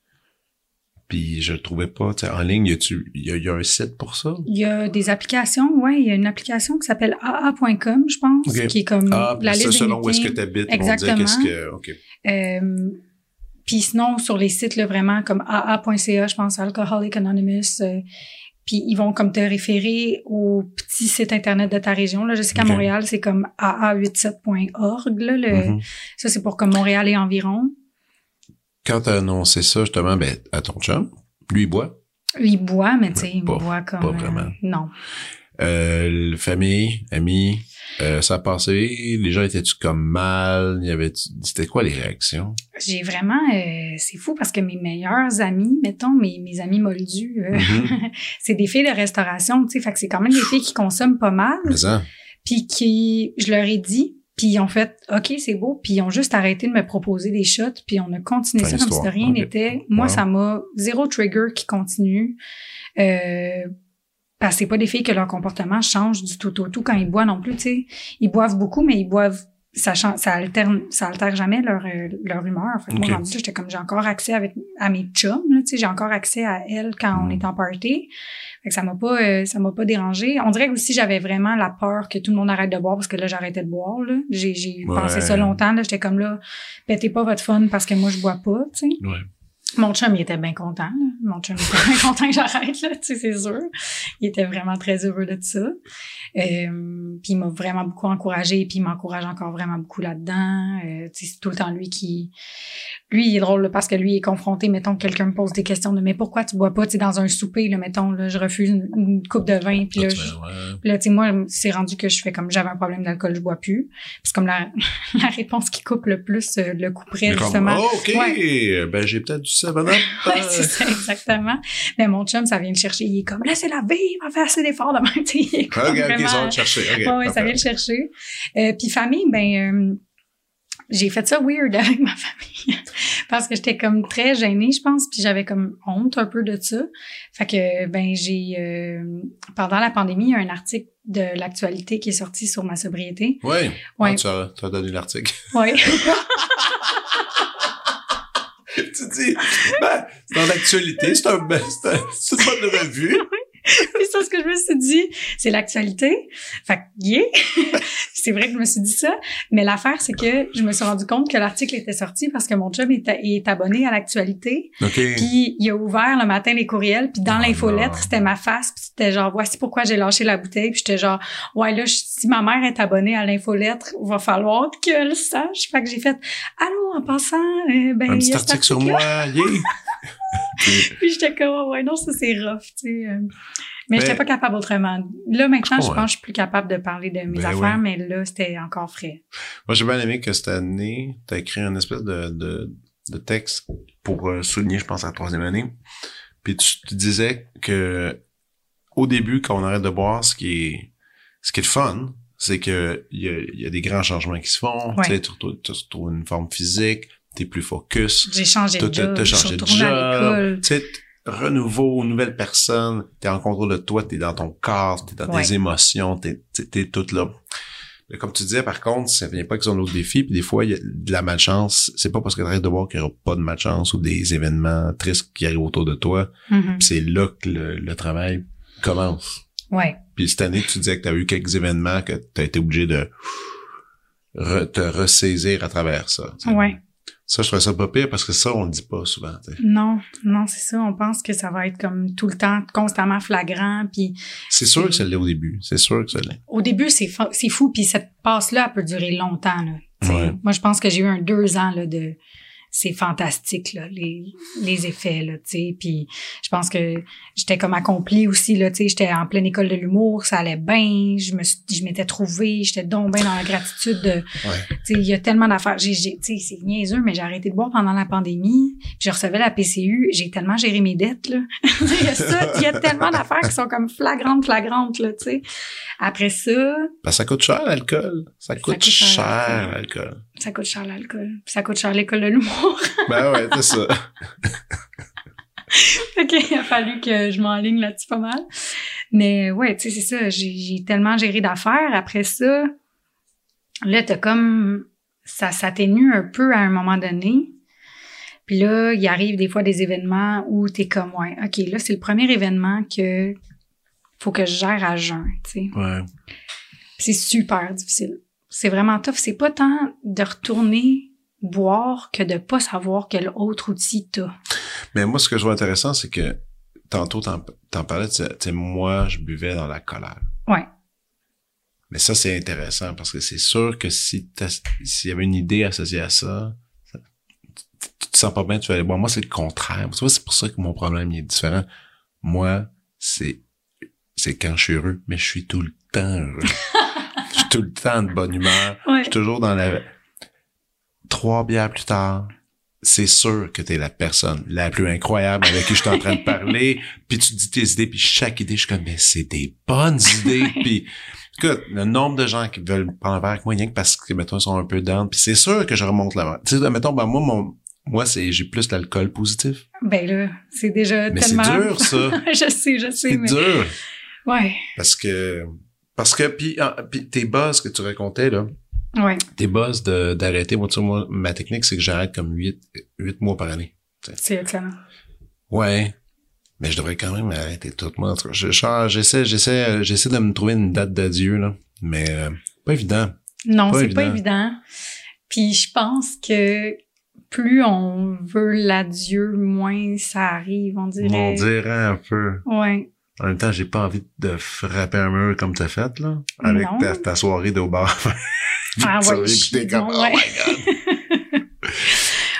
puis je le trouvais pas. En ligne, il y a un site pour ça? Il y a des applications, oui. Il y a une application qui s'appelle aa.com, je pense, qui est comme la liste des selon meetings. où est-ce que tu habites, exactement. Ils vont dire qu'est-ce que... Puis sinon, sur les sites, là, vraiment, comme aa.ca, je pense, Alcoholic Anonymous, puis ils vont comme te référer au petit site Internet de ta région. Là, je sais qu'à Montréal, c'est comme aa87.org. Là, ça, c'est pour comme Montréal et environ. Quand t'as annoncé ça, justement, à ton chum, lui, il boit? Il boit, mais tu sais, il boit comme... Pas vraiment. Non. Famille, amis, ça a passé, les gens étaient-tu comme mal, c'était quoi les réactions? J'ai vraiment, c'est fou parce que mes meilleurs amis, mettons, mes amis moldus, c'est des filles de restauration, tu sais, fait que c'est quand même des filles qui consomment pas mal. Mais ça. Puis je leur ai dit, puis ils ont fait, OK, c'est beau, puis ils ont juste arrêté de me proposer des shots, puis on a continué ça comme si de rien n'était. Moi, ça m'a zéro trigger qui continue. Parce que c'est pas des filles que leur comportement change du tout au tout quand ils boivent non plus, tu sais. Ils boivent beaucoup, mais ils boivent, ça altère jamais leur humeur. Fait que moi, rendu là, j'étais comme, j'ai encore accès à mes chums, là, tu sais, j'ai encore accès à elles quand on est en party. Fait que ça m'a pas dérangé. On dirait que aussi j'avais vraiment la peur que tout le monde arrête de boire parce que là, j'arrêtais de boire, là. J'ai pensé ça longtemps, là. J'étais comme là, pétez pas votre fun parce que moi, je bois pas, tu sais. Ouais. Mon chum, il était bien content, là. Mon chum, il était bien content que j'arrête, là, tu sais, c'est sûr. Il était vraiment très heureux de ça. Puis il m'a vraiment beaucoup encouragé, puis il m'encourage encore vraiment beaucoup là-dedans. Tu sais, c'est tout le temps lui qui lui, il est drôle là, parce que lui, il est confronté, mettons, que quelqu'un me pose des questions de « Mais pourquoi tu bois pas? » Tu sais, dans un souper, là, mettons, là, je refuse une coupe de vin, puis là, tu sais, moi, c'est rendu que je fais comme j'avais un problème d'alcool, je bois plus. C'est comme la réponse qui coupe le plus le couperet, justement. Oh, OK! Ouais. Ben, j'ai peut-être du 7-Up. Ouais, c'est ça, exactement. Mais mon chum, ça vient le chercher. Il est comme « Laissez-la vivre, on fait assez d'efforts demain. » Tu sais, il est comme vraiment... ça va le chercher. Okay, ouais, ça vient le chercher. Puis famille, ben... j'ai fait ça weird avec ma famille parce que j'étais comme très gênée, je pense, puis j'avais comme honte un peu de ça. Fait que, ben, pendant la pandémie, il y a un article de l'actualité qui est sorti sur ma sobriété. Oui. Ouais. Ah, tu as donné l'article. Oui. Tu dis, ben, c'est dans l'actualité, c'est une bonne revue. Puis ça, ce que je me suis dit, c'est l'actualité. Fait que, yeah! C'est vrai que je me suis dit ça. Mais l'affaire, c'est que je me suis rendu compte que l'article était sorti parce que mon chum est abonné à l'actualité. Okay. Puis il a ouvert le matin les courriels. Puis dans l'infolettre, c'était ma face. Puis c'était genre, voici pourquoi j'ai lâché la bouteille. Puis j'étais genre, ouais, là, si ma mère est abonnée à l'infolettre, il va falloir qu'elle le sache. Fait que j'ai fait, allô, en passant, ben, un petit article sur moi, yeah! Puis j'étais comme, ouais, non, ça c'est rough, tu sais. Mais j'étais pas capable autrement. Là, maintenant, je pense que je suis plus capable de parler de mes affaires, mais là, c'était encore frais. Moi, j'ai bien aimé que cette année, t'as écrit une espèce de texte pour souligner, je pense, la 3e année. Puis tu disais que au début, quand on arrête de boire, ce qui est le fun, c'est que il y a des grands changements qui se font. Tu sais, tu retrouves une forme physique, t'es plus focus. J'ai changé de job. T'as changé de job. Tu sais, renouveau, nouvelle personne, t'es en contrôle de toi, t'es dans ton corps, t'es dans tes émotions, t'es tout là. Mais comme tu disais, par contre, ça vient pas que sont d'autres défis, puis des fois, il y a de la malchance. C'est pas parce que t'arrêtes de voir qu'il y aura pas de malchance ou des événements tristes qui arrivent autour de toi. Mm-hmm. Puis c'est là que le travail commence. Ouais. Puis cette année, tu disais que t'as eu quelques événements que t'as été obligé de te ressaisir à travers ça. T'sais. Ouais. Ça, je trouve ça pas pire parce que ça, on le dit pas souvent. T'sais. Non, c'est ça. On pense que ça va être comme tout le temps, constamment flagrant. Puis c'est sûr que ça l'est au début. C'est sûr que ça l'est. Au début, c'est fou. Puis cette passe-là, elle peut durer longtemps. Là, ouais. Moi, je pense que j'ai eu 2 ans là, de... C'est fantastique, là, les effets, là, tu sais. Puis je pense que j'étais comme accomplie aussi, là, tu sais. J'étais en pleine école de l'humour, ça allait bien. Je m'étais trouvée, j'étais donc bien dans la gratitude de... Tu sais, il y a tellement d'affaires. Tu sais, c'est niaiseux, mais j'ai arrêté de boire pendant la pandémie. Puis je recevais la PCU. J'ai tellement géré mes dettes, là. Il y a tellement d'affaires qui sont comme flagrantes, là, tu sais. Après ça... Ben, ça coûte cher, l'alcool. Ça coûte cher, l'alcool. Ça coûte cher, l'alcool. Puis ça coûte cher, l'école de l'humour. Ben ouais, c'est ça. OK, il a fallu que je m'enligne là-dessus pas mal. Mais ouais, tu sais, c'est ça. J'ai tellement géré d'affaires. Après ça, là, t'as comme... Ça s'atténue un peu à un moment donné. Puis là, il arrive des fois des événements où t'es comme, ouais, OK, là, c'est le premier événement que faut que je gère à jeun, tu sais. Ouais. C'est super difficile. C'est vraiment tough. C'est pas tant de retourner boire que de pas savoir quel autre outil t'as. Mais moi, ce que je vois intéressant, c'est que tantôt, t'en parlais, tu sais, moi, je buvais dans la colère. Ouais. Mais ça, c'est intéressant parce que c'est sûr que s'il y avait une idée associée à ça, tu te sens pas bien, tu vas aller boire. Moi, c'est le contraire. Tu vois, c'est pour ça que mon problème il est différent. Moi, c'est quand je suis heureux, mais je suis tout le temps heureux. Je suis tout le temps de bonne humeur. Ouais. Je suis toujours dans 3 bières plus tard, c'est sûr que t'es la personne la plus incroyable avec qui je suis en train de parler, puis tu dis tes idées, puis chaque idée, je suis comme, mais c'est des bonnes idées, puis écoute, le nombre de gens qui veulent prendre un verre avec moi, rien que parce que, mettons, ils sont un peu down, puis c'est sûr que je remonte la main. Tu sais, mettons, ben moi, j'ai plus l'alcool positif. Ben là, c'est déjà mais tellement... c'est dur, ça. je sais, c'est mais... dur. Ouais. Parce que puis tes buzz que tu racontais, là, ouais. Tes buzz d'arrêter, moi, ma technique, c'est que j'arrête comme 8 mois par année. T'sais. C'est excellent. Ouais. Mais je devrais quand même arrêter tout. Moi, j'essaie de me trouver une date d'adieu, là. Mais, pas évident. Non, c'est pas évident. Puis je pense que plus on veut l'adieu, moins ça arrive, on dirait. On dirait un peu. Ouais. En même temps, j'ai pas envie de frapper un mur comme t'as fait, là. Avec ta soirée de au bar. Ah ouais, t'es comme, oh my God.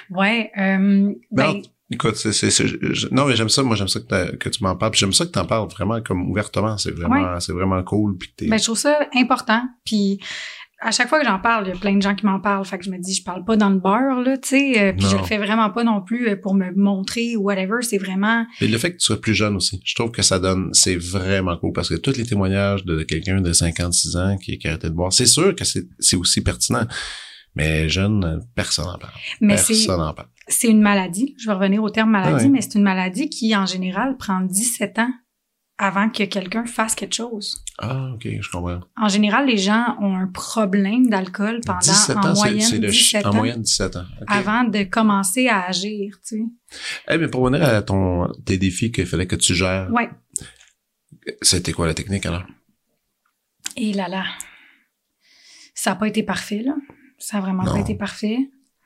Ouais. Non, écoute, non, mais j'aime ça. Moi, j'aime ça que tu m'en parles. Puis j'aime ça que tu en parles vraiment comme ouvertement. C'est vraiment cool. Puis je trouve ça important. Puis à chaque fois que j'en parle, il y a plein de gens qui m'en parlent. Fait que je me dis, je parle pas dans le beurre, là, tu sais. Puis je le fais vraiment pas non plus pour me montrer ou whatever. C'est vraiment... Et le fait que tu sois plus jeune aussi, je trouve que c'est vraiment cool parce que tous les témoignages de quelqu'un de 56 ans qui a arrêté de boire, c'est sûr que c'est aussi pertinent. Mais jeune, personne n'en parle. Personne n'en parle. C'est une maladie. Je vais revenir au terme maladie, mais c'est une maladie qui, en général, prend 17 ans avant que quelqu'un fasse quelque chose. Ah, OK, je comprends. En général, les gens ont un problème d'alcool pendant, 17 ans, en moyenne, 17 ans. En moyenne, 17 ans. Okay. Avant de commencer à agir, tu sais. Mais pour revenir à tes défis qu'il fallait que tu gères. Ouais. C'était quoi la technique, alors? Et là. Ça n'a pas été parfait, là. Ça a vraiment pas été parfait.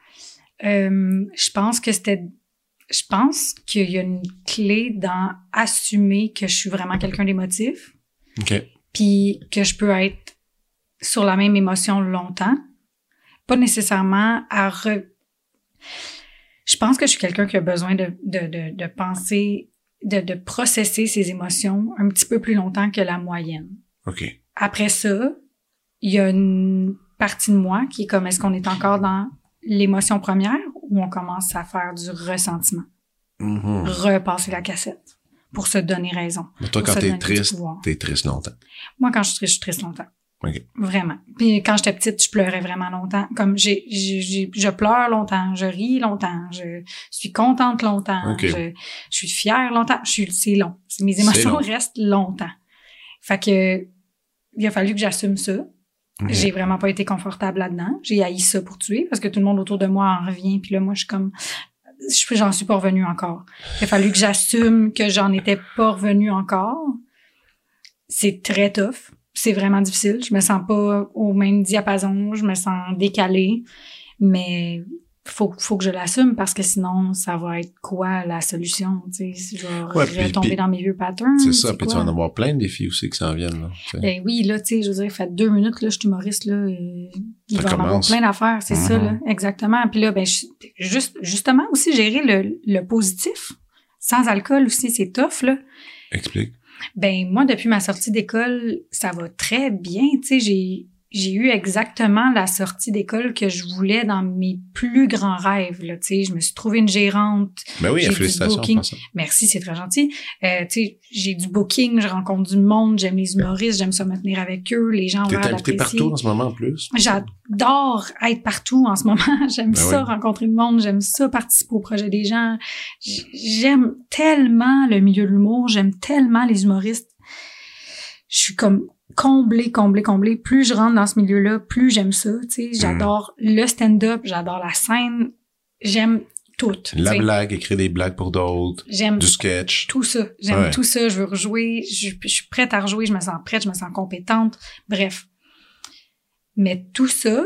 Je pense qu'il y a une clé dans assumer que je suis vraiment quelqu'un d'émotif. OK. Puis que je peux être sur la même émotion longtemps. Pas nécessairement Je pense que je suis quelqu'un qui a besoin de penser, de processer ses émotions un petit peu plus longtemps que la moyenne. OK. Après ça, il y a une partie de moi qui est comme, est-ce qu'on est encore dans l'émotion première ou on commence à faire du ressentiment? Repasser la cassette pour se donner raison. Mais toi, quand t'es triste longtemps. Moi, quand je suis triste longtemps. OK. Vraiment. Puis quand j'étais petite, je pleurais vraiment longtemps. Comme je pleure longtemps, je ris longtemps, je suis contente longtemps, je suis fière longtemps. C'est long. Mes émotions restent longtemps. Fait que il a fallu que j'assume ça. Okay. J'ai vraiment pas été confortable là-dedans. J'ai haï ça pour tuer parce que tout le monde autour de moi en revient. Puis là, moi, je suis comme... J'en suis pas revenue encore. Il a fallu que j'assume que j'en étais pas revenue encore. C'est très tough. C'est vraiment difficile. Je me sens pas au même diapason. Je me sens décalée. Mais faut que je l'assume parce que sinon, ça va être quoi la solution? Tu sais, je vais retomber dans mes vieux patterns. C'est ça. Puis tu vas en avoir plein de défis aussi qui s'en viennent. Là, ben oui, là, tu sais, je veux dire, fait 2 minutes, là, je suis humoriste, là. Il va en avoir plein d'affaires, c'est ça, là. Exactement. Puis là, ben, justement aussi gérer le positif. Sans alcool aussi, c'est tough, là. Explique. Ben, moi, depuis ma sortie d'école, ça va très bien, tu sais, j'ai eu exactement la sortie d'école que je voulais dans mes plus grands rêves, là, tu sais. Je me suis trouvée une gérante. Ben oui, félicitations. Merci, c'est très gentil. Tu sais, j'ai du booking, je rencontre du monde, j'aime les humoristes, j'aime ça me tenir avec eux, les gens ont l'air d'apprécier. T'es invité partout en ce moment, en plus. J'adore être partout en ce moment. J'aime rencontrer le monde, j'aime ça participer au projet des gens. J'aime tellement le milieu de l'humour, j'aime tellement les humoristes. Je suis comme comblée. Plus je rentre dans ce milieu-là, plus j'aime ça, tu sais. J'adore le stand-up, j'adore la scène, j'aime tout. La blague, écrire des blagues pour d'autres, du sketch. Tout ça, j'aime tout ça, je veux rejouer, je suis prête à rejouer, je me sens prête, je me sens compétente, bref. Mais tout ça,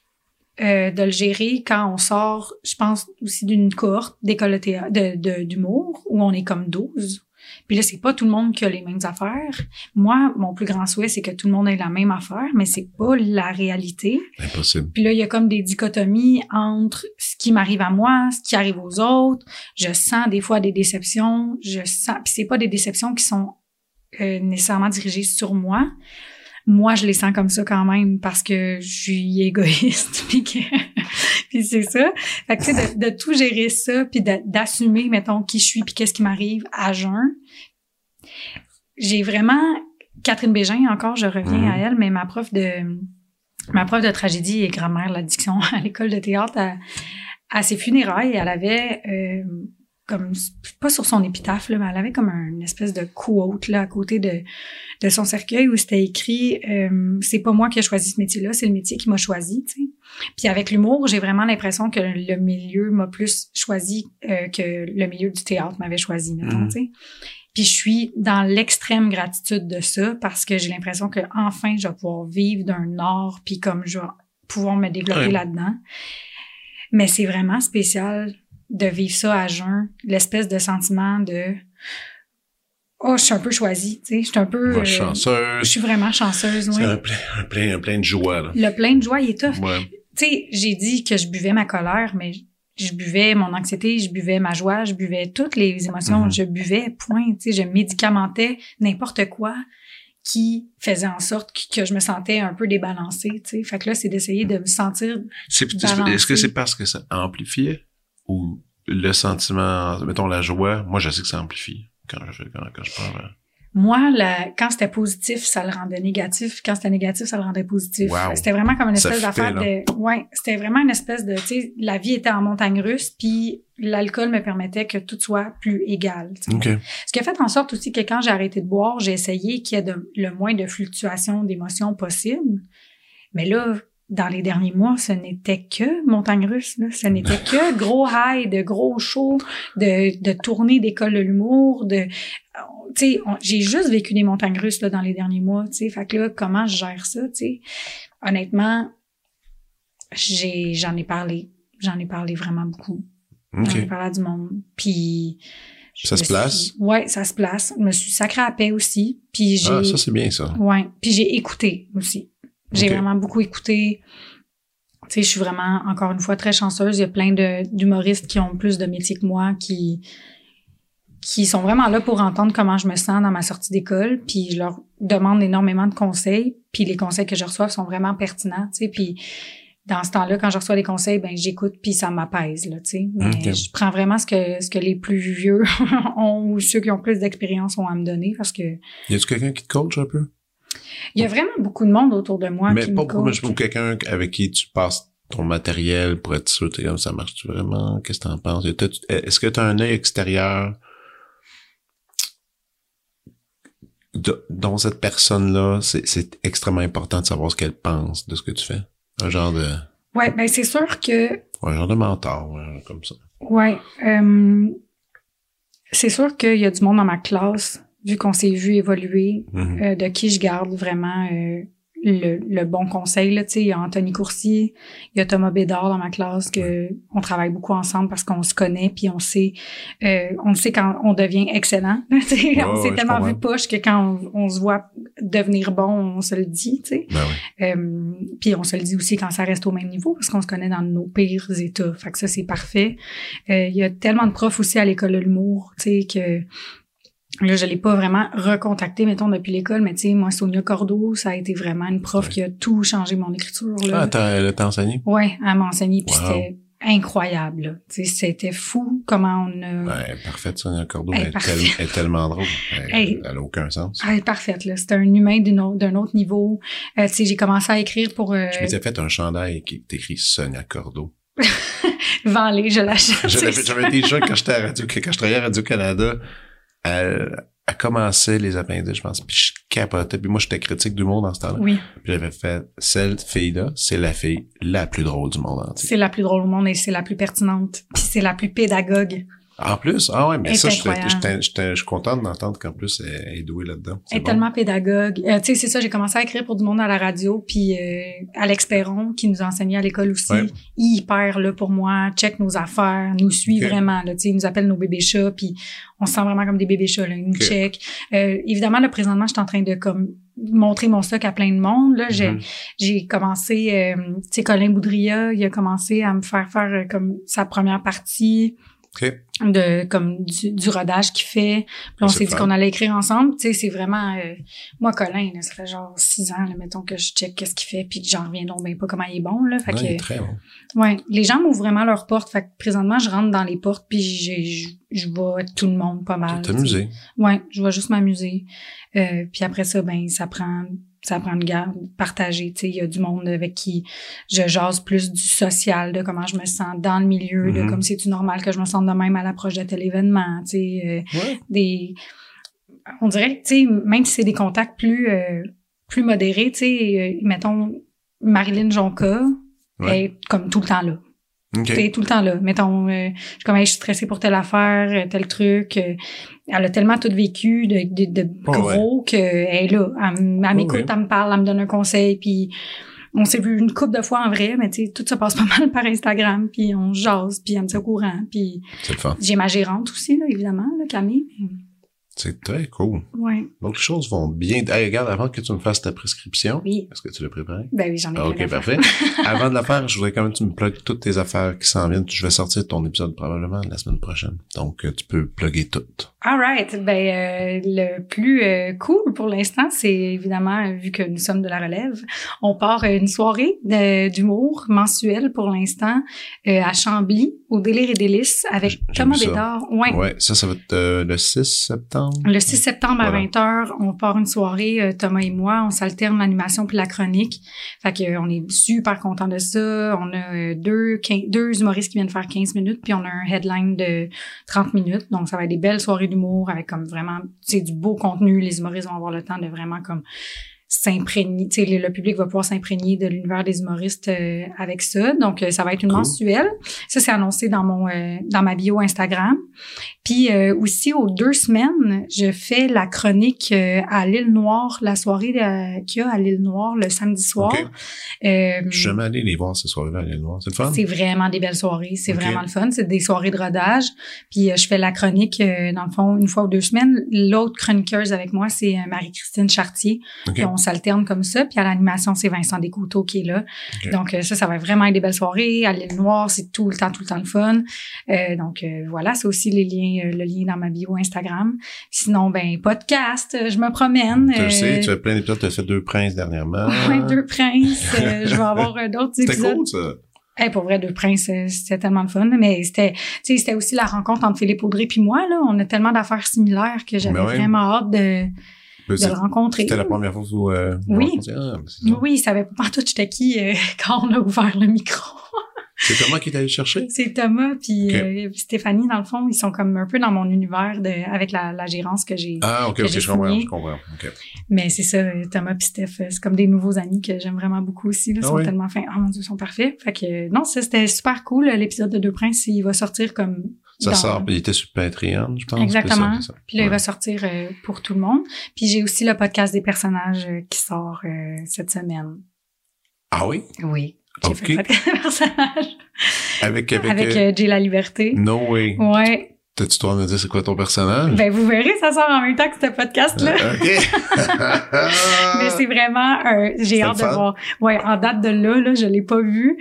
de le gérer quand on sort, je pense aussi d'une cohorte d'école de théâtre, d'humour, où on est comme 12. Puis là, c'est pas tout le monde qui a les mêmes affaires. Moi, mon plus grand souhait, c'est que tout le monde ait la même affaire, mais c'est pas la réalité. Impossible. Puis là, il y a comme des dichotomies entre ce qui m'arrive à moi, ce qui arrive aux autres. Je sens des fois des déceptions. Puis c'est pas des déceptions qui sont nécessairement dirigées sur moi. Moi, je les sens comme ça quand même parce que je suis égoïste. Puis c'est ça. Fait que tu sais, de tout gérer ça, puis d'assumer, mettons, qui je suis puis qu'est-ce qui m'arrive à jeun. J'ai vraiment... Catherine Bégin, encore, je reviens à elle, mais ma prof de tragédie et grammaire de l'addiction à l'école de théâtre, à ses funérailles, elle avait... comme pas sur son épitaphe là, mais elle avait comme une espèce de quote là à côté de son cercueil où c'était écrit c'est pas moi qui ai choisi ce métier-là, c'est le métier qui m'a choisi, tu sais. Puis avec l'humour, j'ai vraiment l'impression que le milieu m'a plus choisi que le milieu du théâtre m'avait choisi, mettons, tu sais. Puis je suis dans l'extrême gratitude de ça parce que j'ai l'impression que enfin je vais pouvoir vivre d'un art puis comme je vais pouvoir me développer là-dedans. Mais c'est vraiment spécial de vivre ça à jeun, l'espèce de sentiment de je suis un peu choisie, tu sais, je suis un peu chanceuse. Je suis vraiment chanceuse, oui. C'est un plein de joie là. Le plein de joie, il est tough. Ouais. Tu sais, j'ai dit que je buvais ma colère, mais je buvais mon anxiété, je buvais ma joie, je buvais toutes les émotions, je buvais, point, tu sais, je médicamentais n'importe quoi qui faisait en sorte que je me sentais un peu débalancée, tu sais. Fait que là, c'est d'essayer de me sentir balancée. Est-ce que c'est parce que ça amplifiait ou le sentiment, mettons la joie, moi je sais que ça amplifie quand je parle. Moi, quand c'était positif, ça le rendait négatif. Quand c'était négatif, ça le rendait positif. Wow. C'était vraiment comme une Ça espèce d'affaire fait, de... Ouais, c'était vraiment une espèce de... Tu sais, la vie était en montagne russe, puis l'alcool me permettait que tout soit plus égal. Tu sais. OK. Ce qui a fait en sorte aussi que quand j'ai arrêté de boire, j'ai essayé qu'il y ait le moins de fluctuations d'émotions possible. Mais là, dans les derniers mois, ce n'était que montagne russe. Là. Ce n'était que gros high, de gros shows, de tournées d'école de l'humour, tu sais, j'ai juste vécu des montagnes russes là, dans les derniers mois, tu sais. Fait que là, comment je gère ça, tu sais? Honnêtement, j'en ai parlé vraiment beaucoup. OK. J'en ai parlé à du monde. Puis... Ça se place? Ouais, ça se place. Je me suis sacrée à la paix aussi. Puis ça, c'est bien, ça. Ouais. Puis j'ai écouté aussi. J'ai vraiment beaucoup écouté. Tu sais, je suis vraiment, encore une fois, très chanceuse. Il y a plein d'humoristes qui ont plus de métier que moi, qui sont vraiment là pour entendre comment je me sens dans ma sortie d'école, puis je leur demande énormément de conseils, puis les conseils que je reçois sont vraiment pertinents, tu sais, puis dans ce temps-là, quand je reçois des conseils, ben j'écoute, puis ça m'apaise, là, tu sais. Mais je prends vraiment ce que les plus vieux ont, ou ceux qui ont plus d'expérience ont à me donner, parce que... Y a-tu quelqu'un qui te coach un peu? Il y a vraiment beaucoup de monde autour de moi qui me coach. Mais pour quelqu'un avec qui tu passes ton matériel pour être sûr, t'es comme ça marche-tu vraiment? Qu'est-ce que t'en penses? Est-ce que t'as un œil extérieur dont cette personne-là, c'est extrêmement important de savoir ce qu'elle pense de ce que tu fais? Un genre de... Ouais, ben c'est sûr que... Un genre de mentor, comme ça. Ouais. C'est sûr qu'il y a du monde dans ma classe, vu qu'on s'est vu évoluer, de qui je garde vraiment le bon conseil. Là, tu sais, il y a Anthony Coursier, il y a Thomas Bédard dans ma classe, que on travaille beaucoup ensemble parce qu'on se connaît, puis on sait quand on devient excellent. On s'est tellement vu poche que quand on se voit devenir bon, on se le dit, tu sais. Ben oui. Puis on se le dit aussi quand ça reste au même niveau, parce qu'on se connaît dans nos pires états. Fait que ça, c'est parfait. Il y a tellement de profs aussi à l'école de l'humour, tu sais, que... Là, je l'ai pas vraiment recontacté, mettons, depuis l'école, mais tu sais, moi, Sonia Cordeau, ça a été vraiment une prof qui a tout changé mon écriture, là. Ah, elle t'a enseigné? Ouais, elle m'a enseigné, puis c'était incroyable, là. Tu sais, c'était fou comment on a... Ouais, parfaite, Sonia Cordeau, elle est tellement drôle. Elle a aucun sens. Elle est parfaite, là. C'était un humain d'un autre niveau. Tu sais, j'ai commencé à écrire pour... Je m'étais fait un chandail qui est écrit Sonia Cordeau. Vends-les, je l'achète. J'avais des gens quand je travaillais à Radio-Canada. Elle commençait les appendices, je pense, puis je capotais. Puis moi, j'étais critique d'humour dans ce temps-là. Oui. Puis j'avais fait, cette fille-là, c'est la fille la plus drôle du monde entier. C'est la plus drôle au monde et c'est la plus pertinente. Puis c'est la plus pédagogue. En plus? Ah ouais, mais ça, incroyable. je suis contente d'entendre qu'en plus, elle est douée là-dedans. Elle est tellement pédagogue. Tu sais, c'est ça, j'ai commencé à écrire pour du monde à la radio, puis Alex Perron, qui nous enseignait à l'école aussi, hyper là pour moi, check nos affaires, nous suit vraiment, là, tu sais, il nous appelle nos bébés chats, puis on se sent vraiment comme des bébés chats, là, il nous check. Évidemment, là, présentement, je suis en train de comme montrer mon stock à plein de monde, là. J'ai commencé, tu sais, Colin Boudria, il a commencé à me faire comme sa première partie. Du rodage qu'il fait. Puis on s'est dit qu'on allait écrire ensemble. Tu sais, c'est vraiment... moi, Colin, là, ça fait genre 6 ans, là, mettons, que je check qu'est-ce qu'il fait, puis que j'en reviens donc bien pas comment il est bon, là. Fait il est très bon. Ouais, les gens m'ouvrent vraiment leurs portes. Fait que présentement, je rentre dans les portes, puis je vois tout le monde pas mal. T'amuser. Ouais, je vais juste m'amuser. Puis après ça, ben ça prend une garde partagée, tu sais, il y a du monde avec qui je jase plus du social, de comment je me sens dans le milieu, de comme c'est-tu normal que je me sente de même à l'approche de tel événement, tu sais, on dirait, tu sais, même si c'est des contacts plus modérés, tu sais, mettons, Marilyn Jonca est comme tout le temps là. Okay. Tout le temps là. Mettons, je suis stressée pour telle affaire, tel truc. Elle a tellement tout vécu de gros qu'elle est là. Elle m'écoute, elle me parle, elle me donne un conseil, puis on s'est vu une couple de fois en vrai, mais tu sais, tout se passe pas mal par Instagram, puis on jase, puis elle me tient au courant, puis c'est le fun. J'ai ma gérante aussi, là, évidemment, là, Camille. C'est très cool. Ouais. Donc, les choses vont bien. Hey, regarde, avant que tu me fasses ta prescription, Oui. est-ce que tu l'as préparée? Ben oui, j'en ai OK, parfait. Avant de la faire, je voudrais quand même que tu me plugues toutes tes affaires qui s'en viennent. Je vais sortir ton épisode probablement la semaine prochaine. Donc, tu peux plugger toutes. All right. Ben, le plus cool pour l'instant, c'est évidemment, vu que nous sommes de la relève, on part une soirée d'humour mensuelle pour l'instant à Chambly, au Délire et Délices, avec Thomas Bédard. Ouais, ça va être le 6 septembre. Le 6 septembre à 20h, on part une soirée, Thomas et moi, on s'alterne l'animation puis la chronique. Fait que on est super contents de ça. On a deux humoristes qui viennent faire 15 minutes, puis on a un headline de 30 minutes. Donc, ça va être des belles soirées d'humour avec comme vraiment, c'est du beau contenu. Les humoristes vont avoir le temps de vraiment comme s'imprégner, tu sais, le public va pouvoir s'imprégner de l'univers des humoristes avec ça. Donc, ça va être une mensuelle. Ça, c'est annoncé dans ma bio Instagram. Puis aussi, aux 2 semaines, je fais la chronique à l'Île Noire, la soirée qu'il y a à l'Île Noire le samedi soir. Okay. Je suis jamais allé les voir ces soirées-là à l'Île Noire. C'est le fun? C'est vraiment des belles soirées. C'est vraiment le fun. C'est des soirées de rodage. Puis je fais la chronique, dans le fond, une fois ou 2 semaines. L'autre chroniqueuse avec moi, c'est Marie-Christine Chartier. Puis on s'alterne comme ça. Puis à l'animation, c'est Vincent Descouteaux qui est là. Donc ça va vraiment être des belles soirées. À l'Île Noire, c'est tout le temps le fun. Donc voilà, c'est aussi le lien dans ma bio Instagram. Sinon, ben podcast, je me promène. Tu sais, tu as plein d'épisodes, tu as fait 2 princes dernièrement. Oui, 2 princes. Je vais avoir d'autres épisodes. C'était cool, ça. Hey, pour vrai, 2 princes, c'était tellement le fun. Mais c'était aussi la rencontre entre Philippe Audrey puis moi. Là, on a tellement d'affaires similaires que j'avais vraiment hâte de le rencontrer. C'était la première fois que vous rencontriez? Oui, il savait pas tout j'étais qui quand on a ouvert le micro. C'est Thomas qui est allé chercher? C'est Thomas puis Stéphanie, dans le fond, ils sont comme un peu dans mon univers avec la gérance que j'ai. Ah, OK, je comprends. Okay. Mais c'est ça, Thomas puis Steph, c'est comme des nouveaux amis que j'aime vraiment beaucoup aussi. Ils sont tellement fins. Oh mon Dieu, ils sont parfaits. Fait que non, ça, c'était super cool. L'épisode de 2 princes, il va sortir comme... Ça sort, il était sur Patreon, je pense. Exactement. Ça. Puis là, il va sortir pour tout le monde. Puis j'ai aussi le podcast des personnages qui sort cette semaine. Ah oui? Oui. J'ai fait le podcast des personnages. Avec Jay La Liberté. No way. Ouais. T'as-tu droit de me dire c'est quoi ton personnage? Ben, vous verrez, ça sort en même temps que ce podcast-là. OK. Mais c'est vraiment j'ai hâte de voir. Ouais, en date de là, je l'ai pas vu.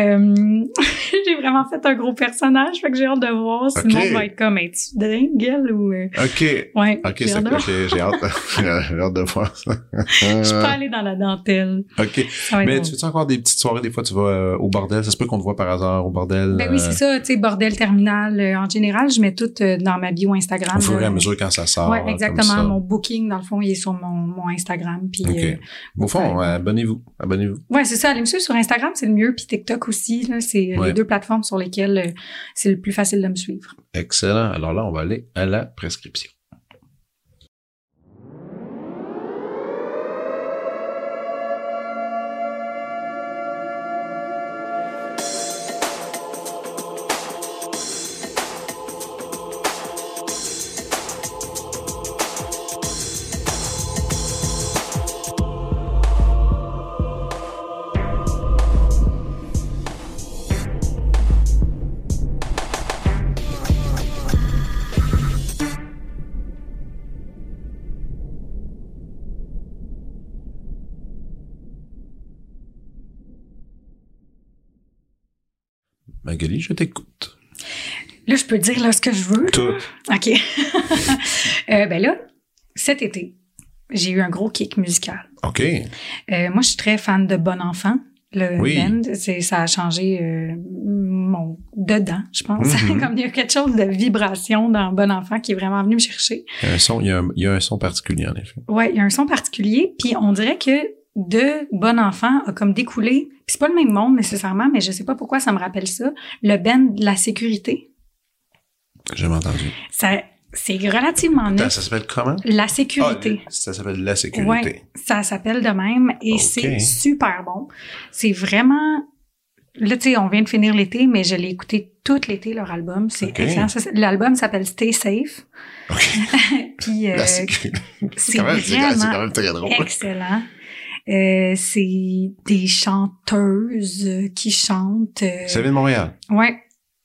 J'ai vraiment fait un gros personnage, fait que j'ai hâte de voir. Sinon, on va être comme, es-tu dingue, ou... OK. Ouais. OK, c'est cool. J'ai hâte. J'ai hâte de voir ça. Je suis pas allée dans la dentelle. OK. Mais tu fais-tu encore des petites soirées? Des fois, tu vas au bordel. Ça se peut qu'on te voit par hasard au bordel. Ben oui, c'est ça. Tu sais, bordel terminal. En général, je mets tout dans ma bio Instagram. Au fur et à mesure quand ça sort. Oui, exactement. Mon booking, dans le fond, il est sur mon Instagram. Puis, au fond, abonnez-vous. Ouais, c'est ça. Allez me suivre sur Instagram, c'est le mieux. Puis TikTok aussi. Là, c'est les 2 plateformes sur lesquelles c'est le plus facile de me suivre. Excellent. Alors là, on va aller à la prescription. Magali, je t'écoute. Là, je peux dire là ce que je veux. Tout. OK. Ben là, cet été, j'ai eu un gros kick musical. OK. Moi, je suis très fan de Bon Enfant. Le band, ça a changé mon dedans, je pense. Mm-hmm. Comme il y a quelque chose de vibration dans Bon Enfant qui est vraiment venu me chercher. Il y a un son particulier, en effet. Ouais, il y a un son particulier. Puis on dirait que de Bon Enfant a comme découlé, puis c'est pas le même monde nécessairement, mais je sais pas pourquoi ça me rappelle ça, le band de La Sécurité. J'ai jamais entendu. C'est relativement neuf. Ça s'appelle comment? La Sécurité. Ça s'appelle La Sécurité. Ouais, ça s'appelle de même et c'est super bon. C'est vraiment... Là, tu sais, on vient de finir l'été, mais je l'ai écouté tout l'été, leur album. C'est excellent. L'album s'appelle Stay Safe. OK. Puis, c'est quand même très drôle. Excellent. C'est des chanteuses qui chantent. Ça vient de Montréal. Ouais.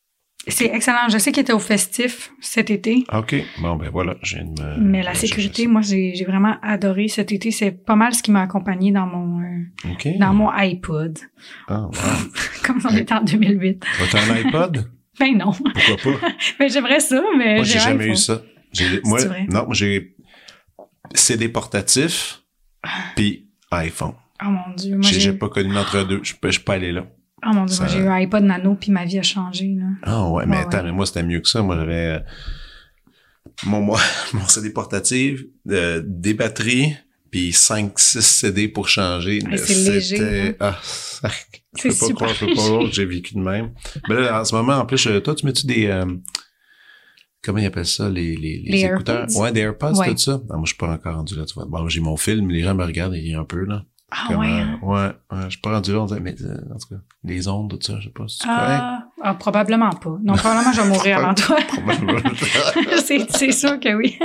C'est excellent. Je sais qu'il était au festif cet été. OK. Bon, ben voilà. Mais la sécurité, moi, j'ai vraiment adoré cet été. C'est pas mal ce qui m'a accompagné dans mon iPod. Ah, wow. Comme on était en 2008. T'as un iPod? Ben non. Pourquoi pas? Ben j'aimerais ça, mais moi, j'ai jamais iPhone. eu ça. Moi, j'ai CD portatif puis iPhone. Oh mon Dieu. Moi, j'ai pas connu l'entre-deux. Je peux pas aller là. Oh mon Dieu, moi, j'ai eu un iPod Nano puis ma vie a changé, là. Ah ouais, mais attends, mais moi, c'était mieux que ça. Moi, j'avais mon CD portatif, des batteries, puis 5-6 CD pour changer. C'est léger. Hein? Je peux pas croire que j'ai vécu de même. Mais là, en ce moment, en plus, toi, tu mets-tu des... comment ils appellent ça, les écouteurs? AirPods? Ouais, des AirPods, tout ça. Non, moi, je suis pas encore rendu là, tu vois. Bon, j'ai mon film, les gens me regardent et un peu, là. Ah ouais? Ouais, je suis pas rendu là, on dirait, mais en tout cas, les ondes, tout ça, je sais pas si tu correct. Probablement pas. Non, probablement je vais mourir avant toi. c'est sûr que oui.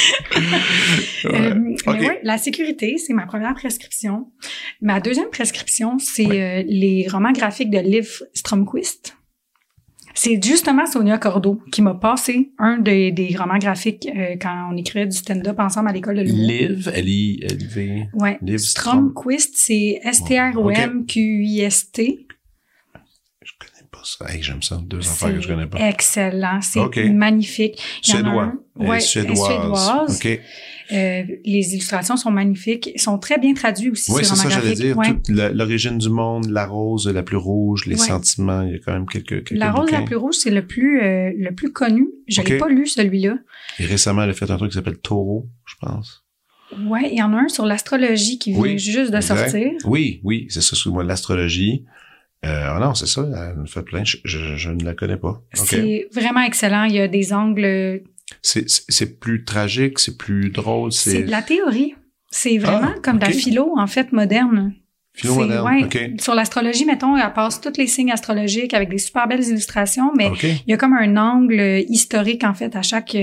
Okay. Mais ouais, la sécurité, c'est ma première prescription. Ma deuxième prescription, c'est les romans graphiques de Liv Stromquist. C'est justement Sonia Cordeau qui m'a passé un des romans graphiques quand on écrivait du stand-up ensemble à l'école de l'humour. Liv, L-I-V. Ouais. Liv Stromquist, c'est S-T-R-O-M-Q-I-S-T. Je connais pas ça. Hey, j'aime ça. Deux affaires que je connais pas. Excellent. C'est magnifique. Suédois. Ouais, suédoise. OK. Les illustrations sont magnifiques. Ils sont très bien traduits aussi. Oui, c'est ça, j'allais dire. Ouais. Toute l'origine du monde, la rose la plus rouge, les sentiments, il y a quand même quelques La rose bouquins. la plus rouge, c'est le plus connu. Je l'ai pas lu, celui-là. Et récemment, elle a fait un truc qui s'appelle Taureau, je pense. Ouais, il y en a un sur l'astrologie qui vient juste de sortir. Oui, c'est ça, excuse-moi, l'astrologie. Non, c'est ça, elle me fait plein. Je ne la connais pas. C'est vraiment excellent. Il y a des angles... C'est plus tragique, c'est plus drôle. C'est de la théorie. C'est vraiment comme de la philo, en fait, moderne. Philo moderne, ouais, sur l'astrologie, mettons, elle passe tous les signes astrologiques avec des super belles illustrations, mais il y a comme un angle historique, en fait, à chaque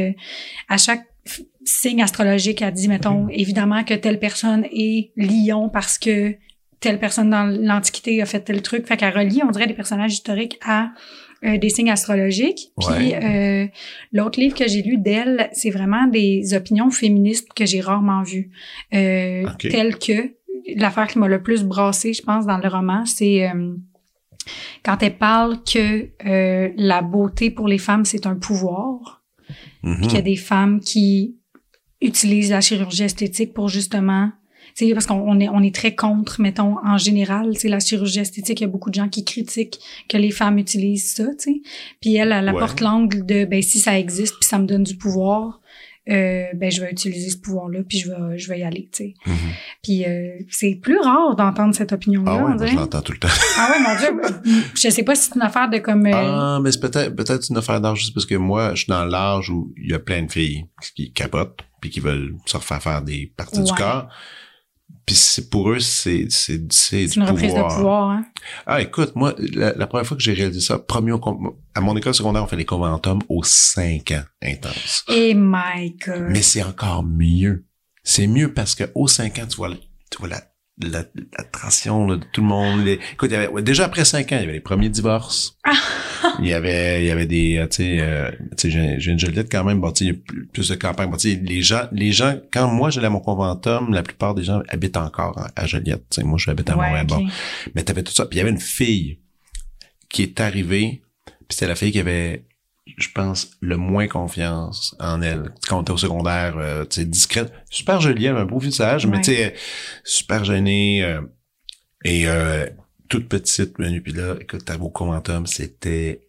signe astrologique. Elle dit, mettons, évidemment que telle personne est lion parce que telle personne dans l'Antiquité a fait tel truc. Fait qu'elle relie, on dirait, des personnages historiques à des signes astrologiques. Puis l'autre livre que j'ai lu d'elle, c'est vraiment des opinions féministes que j'ai rarement vues. Telles que, l'affaire qui m'a le plus brassée, je pense, dans le roman, c'est quand elle parle que la beauté pour les femmes, c'est un pouvoir. Puis qu'il y a des femmes qui utilisent la chirurgie esthétique pour justement... T'sais, parce qu'on est très contre, mettons, en général, c'est la chirurgie esthétique. Il y a beaucoup de gens qui critiquent que les femmes utilisent ça, tu sais. Puis elle apporte l'angle de, ben, si ça existe puis ça me donne du pouvoir, ben, je vais utiliser ce pouvoir-là puis je vais y aller, tu sais. Puis c'est plus rare d'entendre cette opinion-là. Ah ouais, moi, je l'entends tout le temps. Ah ouais, mon Dieu. Je sais pas si c'est une affaire de comme... Ah, mais c'est peut-être une affaire d'âge, juste parce que moi, je suis dans l'âge où il y a plein de filles qui capotent puis qui veulent se refaire faire des parties du corps. Puis pour eux, c'est du une reprise de pouvoir, hein? Ah, écoute, moi, la première fois que j'ai réalisé ça, à mon école secondaire, on fait les conventum aux 5 ans intenses. Eh my God! Mais c'est encore mieux. C'est mieux parce que aux 5 ans, tu vois l'attraction de tout le monde. Écoute, déjà après 5 ans, il y avait les premiers divorces. Il y avait des, tu sais, j'ai une Joliette quand même, bon, tu sais, il y a plus de campagne. Bon, tu sais, les gens, quand moi j'allais à mon conventum, la plupart des gens habitent encore à Joliette. Tu sais, moi, j'habite à Montréal. Bon. Mais t'avais tout ça. Puis il y avait une fille qui est arrivée, puis c'était la fille qui avait, je pense, le moins confiance en elle. Quand on était au secondaire, tu sais, discrète, super jolie, elle avait un beau visage, mais tu sais, super gênée, et toute petite, puis là, écoute, t'arrives au conventum, c'était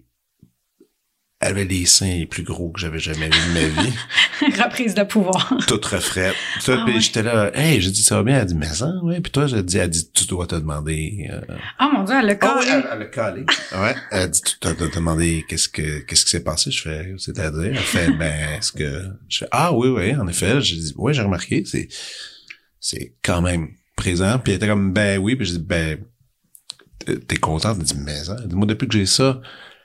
elle avait les seins les plus gros que j'avais jamais vu de ma vie. Reprise de pouvoir. Toute refaite. Puis j'étais là, hey, j'ai dit, ça va bien? Elle dit, mais ça, ouais. Puis toi, elle dit, tu dois te demander. Oh mon Dieu, elle l'a calé. Elle l'a calé. Ouais. Elle dit, tu dois te demander qu'est-ce qui s'est passé? Je fais, c'est-à-dire, elle fait, est-ce que, je fais, ah oui, en effet. J'ai dit, ouais, j'ai remarqué, c'est quand même présent. Puis elle était comme, ben oui. Puis j'ai dit, t'es contente? Elle dit, mais ça. Elle dit, moi, depuis que j'ai ça,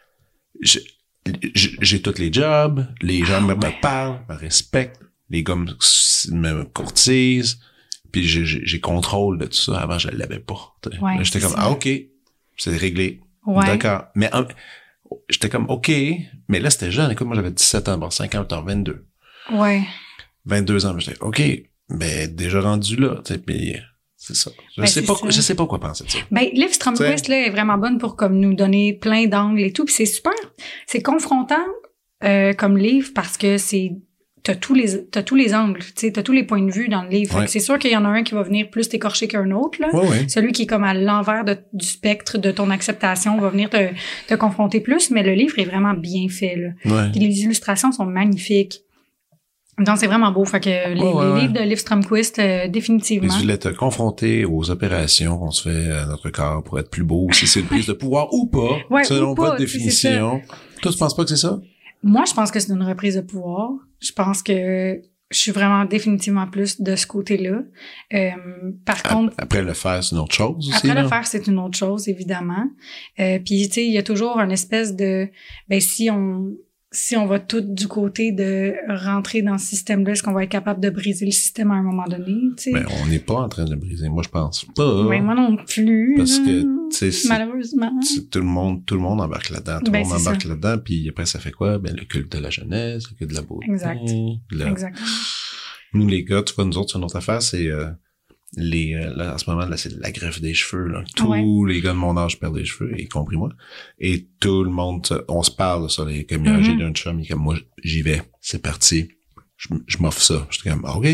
j'ai tous les jobs, les gens me parlent, me respectent, les gars me courtisent, puis j'ai contrôle de tout ça. Avant, je l'avais pas. Ouais, j'étais comme, OK, c'est réglé. Ouais. D'accord. Mais j'étais comme, OK, mais là, c'était jeune. Écoute, moi, j'avais 17 ans, bon, 50 ans, 22. Ouais. 22 ans, j'étais, OK, mais déjà rendu là, tu sais, puis c'est ça. Je sais pas quoi penser de ça. Ben, Liv Stromquist, là, est vraiment bonne pour, comme, nous donner plein d'angles et tout, puis c'est super. C'est confrontant, comme livre, parce que t'as tous les angles, tu sais, t'as tous les points de vue dans le livre. Fait que c'est sûr qu'il y en a un qui va venir plus t'écorcher qu'un autre, là. Ouais. Celui qui est comme à l'envers du spectre de ton acceptation va venir te confronter plus, mais le livre est vraiment bien fait, là. Ouais. Puis les illustrations sont magnifiques. Donc, c'est vraiment beau. Fait que les livres de Liv Stromquist, définitivement. Je voulais te confronter aux opérations qu'on se fait à notre corps pour être plus beau, si c'est une prise de pouvoir ou pas, selon votre définition. Toi, tu penses pas que c'est ça? Moi, je pense que c'est une reprise de pouvoir. Je pense que je suis vraiment définitivement plus de ce côté-là. Par contre... Après le faire, c'est une autre chose aussi, Après le faire, c'est une autre chose, évidemment. Puis, tu sais, il y a toujours une espèce de... Ben, si on va tout du côté de rentrer dans ce système-là, est-ce qu'on va être capable de briser le système à un moment donné, tu sais? Ben, on n'est pas en train de le briser. Moi, je pense pas. Oui, moi non plus. Parce que, tu sais, malheureusement. Tout le monde embarque là-dedans. Tout le monde embarque là-dedans. Puis après, ça fait quoi? Ben, le culte de la jeunesse, le culte de la beauté. Exact. Exactement. Nous, les gars, tu vois, nous autres, c'est une autre affaire, c'est, là, en ce moment, là, c'est la greffe des cheveux, là. Tous les gars de mon âge perdent des cheveux, y compris moi. Et tout le monde, on se parle de ça, les comme j'ai d'un chum, il est comme, moi, j'y vais. C'est parti. Je m'offre ça. J'étais comme, OK.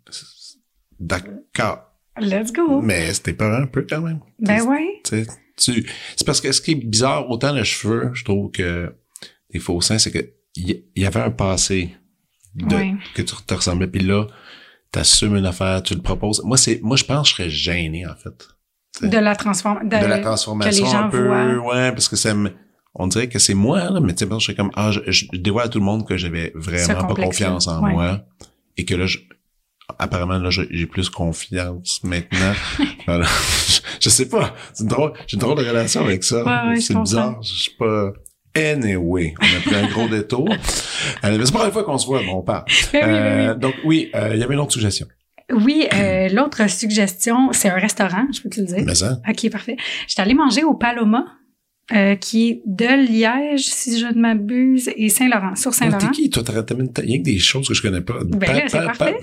D'accord. Let's go. Mais c'était pas un peu, quand même. Ben ouais. C'est parce que ce qui est bizarre, autant les cheveux, je trouve que les faux seins, c'est que il y avait un passé que tu te ressemblais, puis là, t'assumes une affaire, tu le proposes. Moi, je pense que je serais gêné, en fait. De la transformation que les gens un peu, ouais, parce que on dirait que c'est moi, là, mais tu sais, je serais comme, je dévoile à tout le monde que j'avais vraiment pas confiance en moi, et que là, apparemment, là, j'ai plus confiance maintenant. Voilà. Je sais pas. J'ai une drôle de relation avec ça. C'est bizarre. Je suis pas... Anyway, on a pris un gros détour. C'est pas la première fois qu'on se voit, on parle. Donc oui, il y avait une autre suggestion. Oui, l'autre suggestion, c'est un restaurant, je peux te le dire. Mais ça. OK, parfait. J'étais allée manger au Paloma, qui est de Liège, si je ne m'abuse, et Saint-Laurent, sur Saint-Laurent. T'es qui? Toi, il y a que des choses que je connais pas. Ben là, c'est parfait.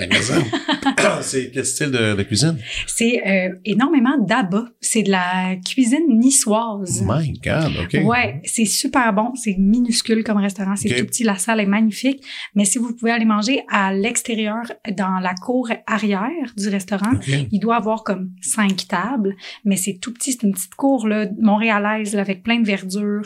C'est quel style de cuisine? C'est énormément d'abat. C'est de la cuisine niçoise. My God, OK. Ouais, c'est super bon. C'est minuscule comme restaurant. C'est tout petit. La salle est magnifique. Mais si vous pouvez aller manger à l'extérieur, dans la cour arrière du restaurant, il doit avoir comme 5 tables. Mais c'est tout petit. C'est une petite cour là, montréalaise là, avec plein de verdure.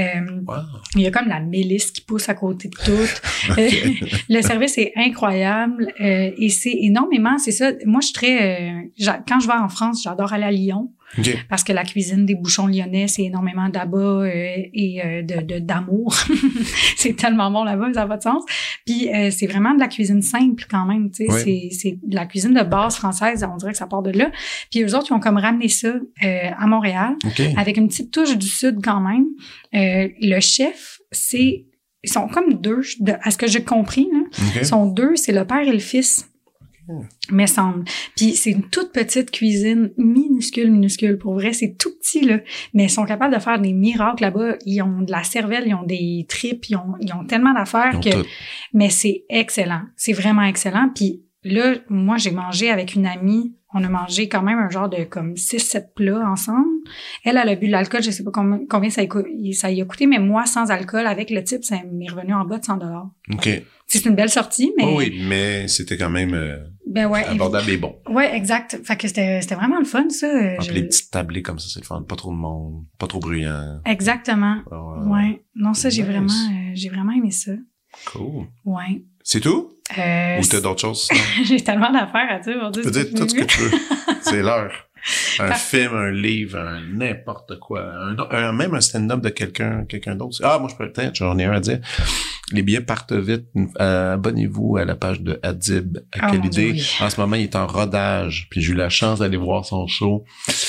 Il y a comme la mélisse qui pousse à côté de tout. Le service est incroyable et c'est énormément, c'est ça. Moi, je suis très... quand je vais en France, j'adore aller à Lyon. Parce que la cuisine des bouchons lyonnais, c'est énormément d'abat et d'amour. C'est tellement bon là-bas, ça n'a pas de sens. Puis c'est vraiment de la cuisine simple quand même, tu sais. C'est de la cuisine de base française, on dirait que ça part de là. Puis eux autres, ils ont comme ramené ça à Montréal, avec une petite touche du sud quand même. Le chef, ils sont comme deux, à ce que j'ai compris, là. Ils sont deux, c'est le père et le fils. Mais semble. Puis c'est une toute petite cuisine, minuscule. Pour vrai, c'est tout petit, là. Mais ils sont capables de faire des miracles là-bas. Ils ont de la cervelle, ils ont des tripes, ils ont tellement d'affaires mais c'est excellent. C'est vraiment excellent. Puis là, moi, j'ai mangé avec une amie. On a mangé quand même un genre de comme 6-7 plats ensemble. Elle a bu de l'alcool, je sais pas combien ça y a coûté, mais moi, sans alcool, avec le type, ça m'est revenu en bas de 100 $. OK. C'est une belle sortie, mais... oui, mais c'était quand même abordable et bon. Ouais, exact. Fait que c'était vraiment le fun, ça. Les petites tablées comme ça, c'est le fun. Pas trop de monde, pas trop bruyant. Exactement. Ouais. Non, ça, j'ai vraiment aimé ça. Cool. Ouais. C'est tout? Ou t'as d'autres choses? J'ai tellement d'affaires à dire. Tu peux dire tout ce que tu veux. C'est l'heure. Un film, un livre, n'importe quoi. Même un stand-up de quelqu'un d'autre. Ah, moi, je peux peut-être, j'en ai un à dire. Les billets partent vite. Abonnez-vous à la page de Adib à Quelle idée. Oui. En ce moment, il est en rodage. Puis j'ai eu la chance d'aller voir son show.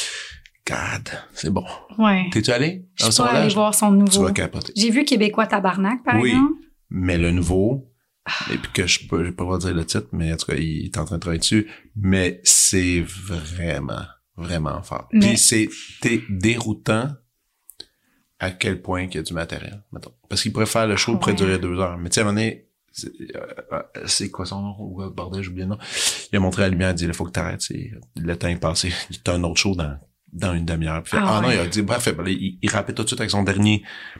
God, c'est bon. Ouais. T'es-tu allé? Je suis pas allé voir son nouveau. Tu vas capoter. J'ai vu Québécois Tabarnak, par exemple. Oui, mais le nouveau... Et puis que je peux pas dire le titre, mais en tout cas, il est en train de travailler dessus. Mais c'est vraiment fort. Puis t'es déroutant à quel point il y a du matériel, mettons. Parce qu'il pourrait faire le show pourrait durer 2 heures. Mais tu sais, à un moment donné, c'est quoi son nom? Bordel, j'ai oublié le nom. Il a montré la lumière, il a dit, il faut que t'arrêtes, le temps est passé. T'as un autre show dans une demi-heure. Puis non, il a dit, bref, il rappait tout de suite avec son dernier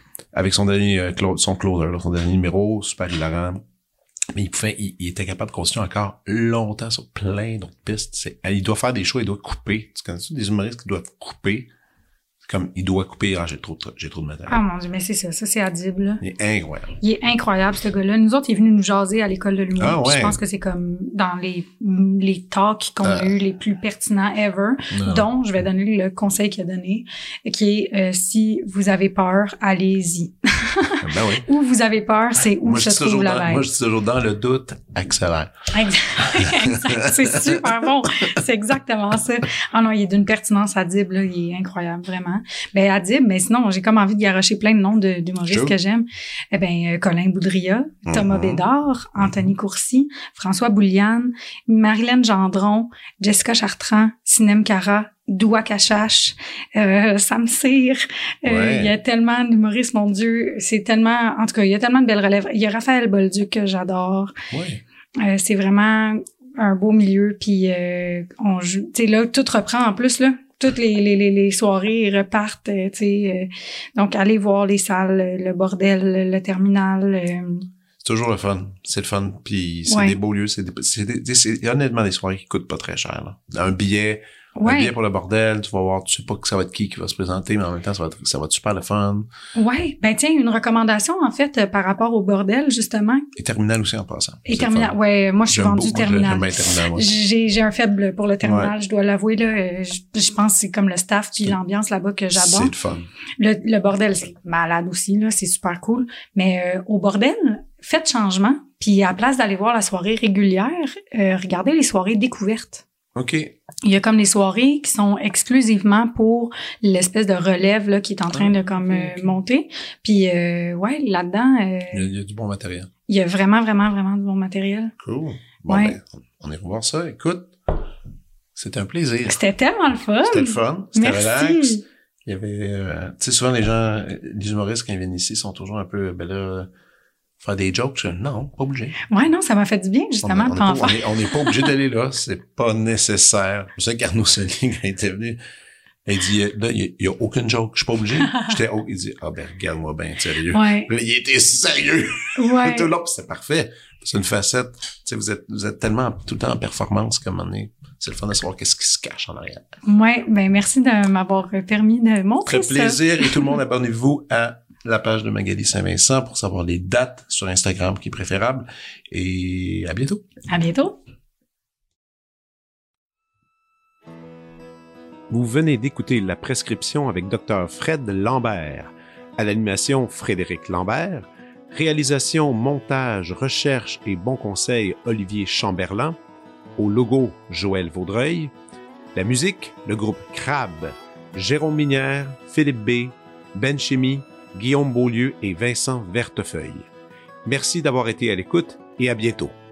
son closer, là, son dernier numéro, super hilarant. Mais il était capable de continuer encore longtemps sur plein d'autres pistes. Il doit faire des shows, il doit couper. Tu connais des humoristes qui doivent couper? Comme, il doit couper, j'ai trop de matériel. Ah mon Dieu, mais c'est ça c'est Adib, là. Il est incroyable. Il est incroyable, ce gars-là. Nous autres, il est venu nous jaser à l'école de l'humour. Ah ouais. Je pense que c'est comme dans les talks qu'on a eu les plus pertinents ever, dont je vais donner le conseil qu'il a donné, qui est si vous avez peur, allez-y. Ben oui. Où vous avez peur, c'est où se trouve la bête. Moi, je dis toujours, dans le doute, accélère. Exact. C'est super bon. C'est exactement ça. Ah non, il est d'une pertinence, Adib, là. Il est incroyable, vraiment. Ben, Adib, mais sinon, j'ai comme envie de garocher plein de noms d'humoristes que j'aime. Eh ben, Colin Boudria, Thomas Bédard, Anthony Courcy, François Bouliane, Marilyn Gendron, Jessica Chartrand, Sinem Cara, Doua Cachache, Sam Cyr. Il y a tellement d'humoristes, mon Dieu. C'est tellement, en tout cas, il y a tellement de belles relèves. Il y a Raphaël Bolduc que j'adore. Oui. C'est vraiment un beau milieu. Puis, on joue, tu sais, là, tout reprend en plus, là. Toutes les soirées repartent, tu sais. Donc, allez voir les salles, le bordel, le terminal. C'est toujours le fun. C'est le fun. Puis c'est des beaux lieux. C'est honnêtement des soirées qui coûtent pas très cher, là. Un billet pour le bordel, tu vas voir, tu sais pas que ça va être qui va se présenter, mais en même temps, ça va être super le fun. Ouais. Ben, tiens, une recommandation, en fait, par rapport au bordel, justement. Et Terminal aussi, en passant. Et Terminal. Ouais, moi, je suis vendue Terminal. Terminal, j'ai un faible pour le Terminal, je dois l'avouer, là. Je pense que c'est comme le staff puis l'ambiance là-bas que j'adore. C'est le fun. Le bordel, c'est malade aussi, là. C'est super cool. Mais, au bordel, faites changement. Puis, à la place d'aller voir la soirée régulière, regardez les soirées découvertes. OK. Il y a comme des soirées qui sont exclusivement pour l'espèce de relève là qui est en train de comme monter. Puis là-dedans il y a du bon matériel. Il y a vraiment du bon matériel. Cool. Bon ben, on ira voir ça. Écoute, c'était un plaisir. C'était tellement le fun. C'était le fun, c'était Merci. relax. Il y avait tu sais souvent les humoristes quand ils viennent ici sont toujours un peu faire des jokes, non, pas obligé. Ouais, non, ça m'a fait du bien, justement, on n'est pas obligé d'aller là, c'est pas nécessaire. C'est pour ça qu'Arnaud Soli, quand il était venu, il dit, là, il y a aucune joke, je suis pas obligé. Il dit, ben, regarde-moi bien, sérieux. Ouais. Là, il était sérieux. Ouais. Tout là, c'est parfait. C'est une facette. Tu sais, vous êtes tellement tout le temps en performance comme on est. C'est le fun de savoir qu'est-ce qui se cache en arrière. Ouais, ben, merci de m'avoir permis de montrer ça. Très plaisir. Et tout le monde, abonnez-vous à la page de Magali Saint-Vincent pour savoir les dates sur Instagram qui est préférable. Et à bientôt. À bientôt. Vous venez d'écouter La Prescription avec Dr. Fred Lambert. À l'animation, Frédéric Lambert. Réalisation, montage, recherche et bons conseils, Olivier Chamberlain. Au logo, Joël Vaudreuil. La musique, le groupe Crabe. Jérôme Minière, Philippe B., Ben Chimie, Guillaume Beaulieu et Vincent Vertefeuille. Merci d'avoir été à l'écoute et à bientôt.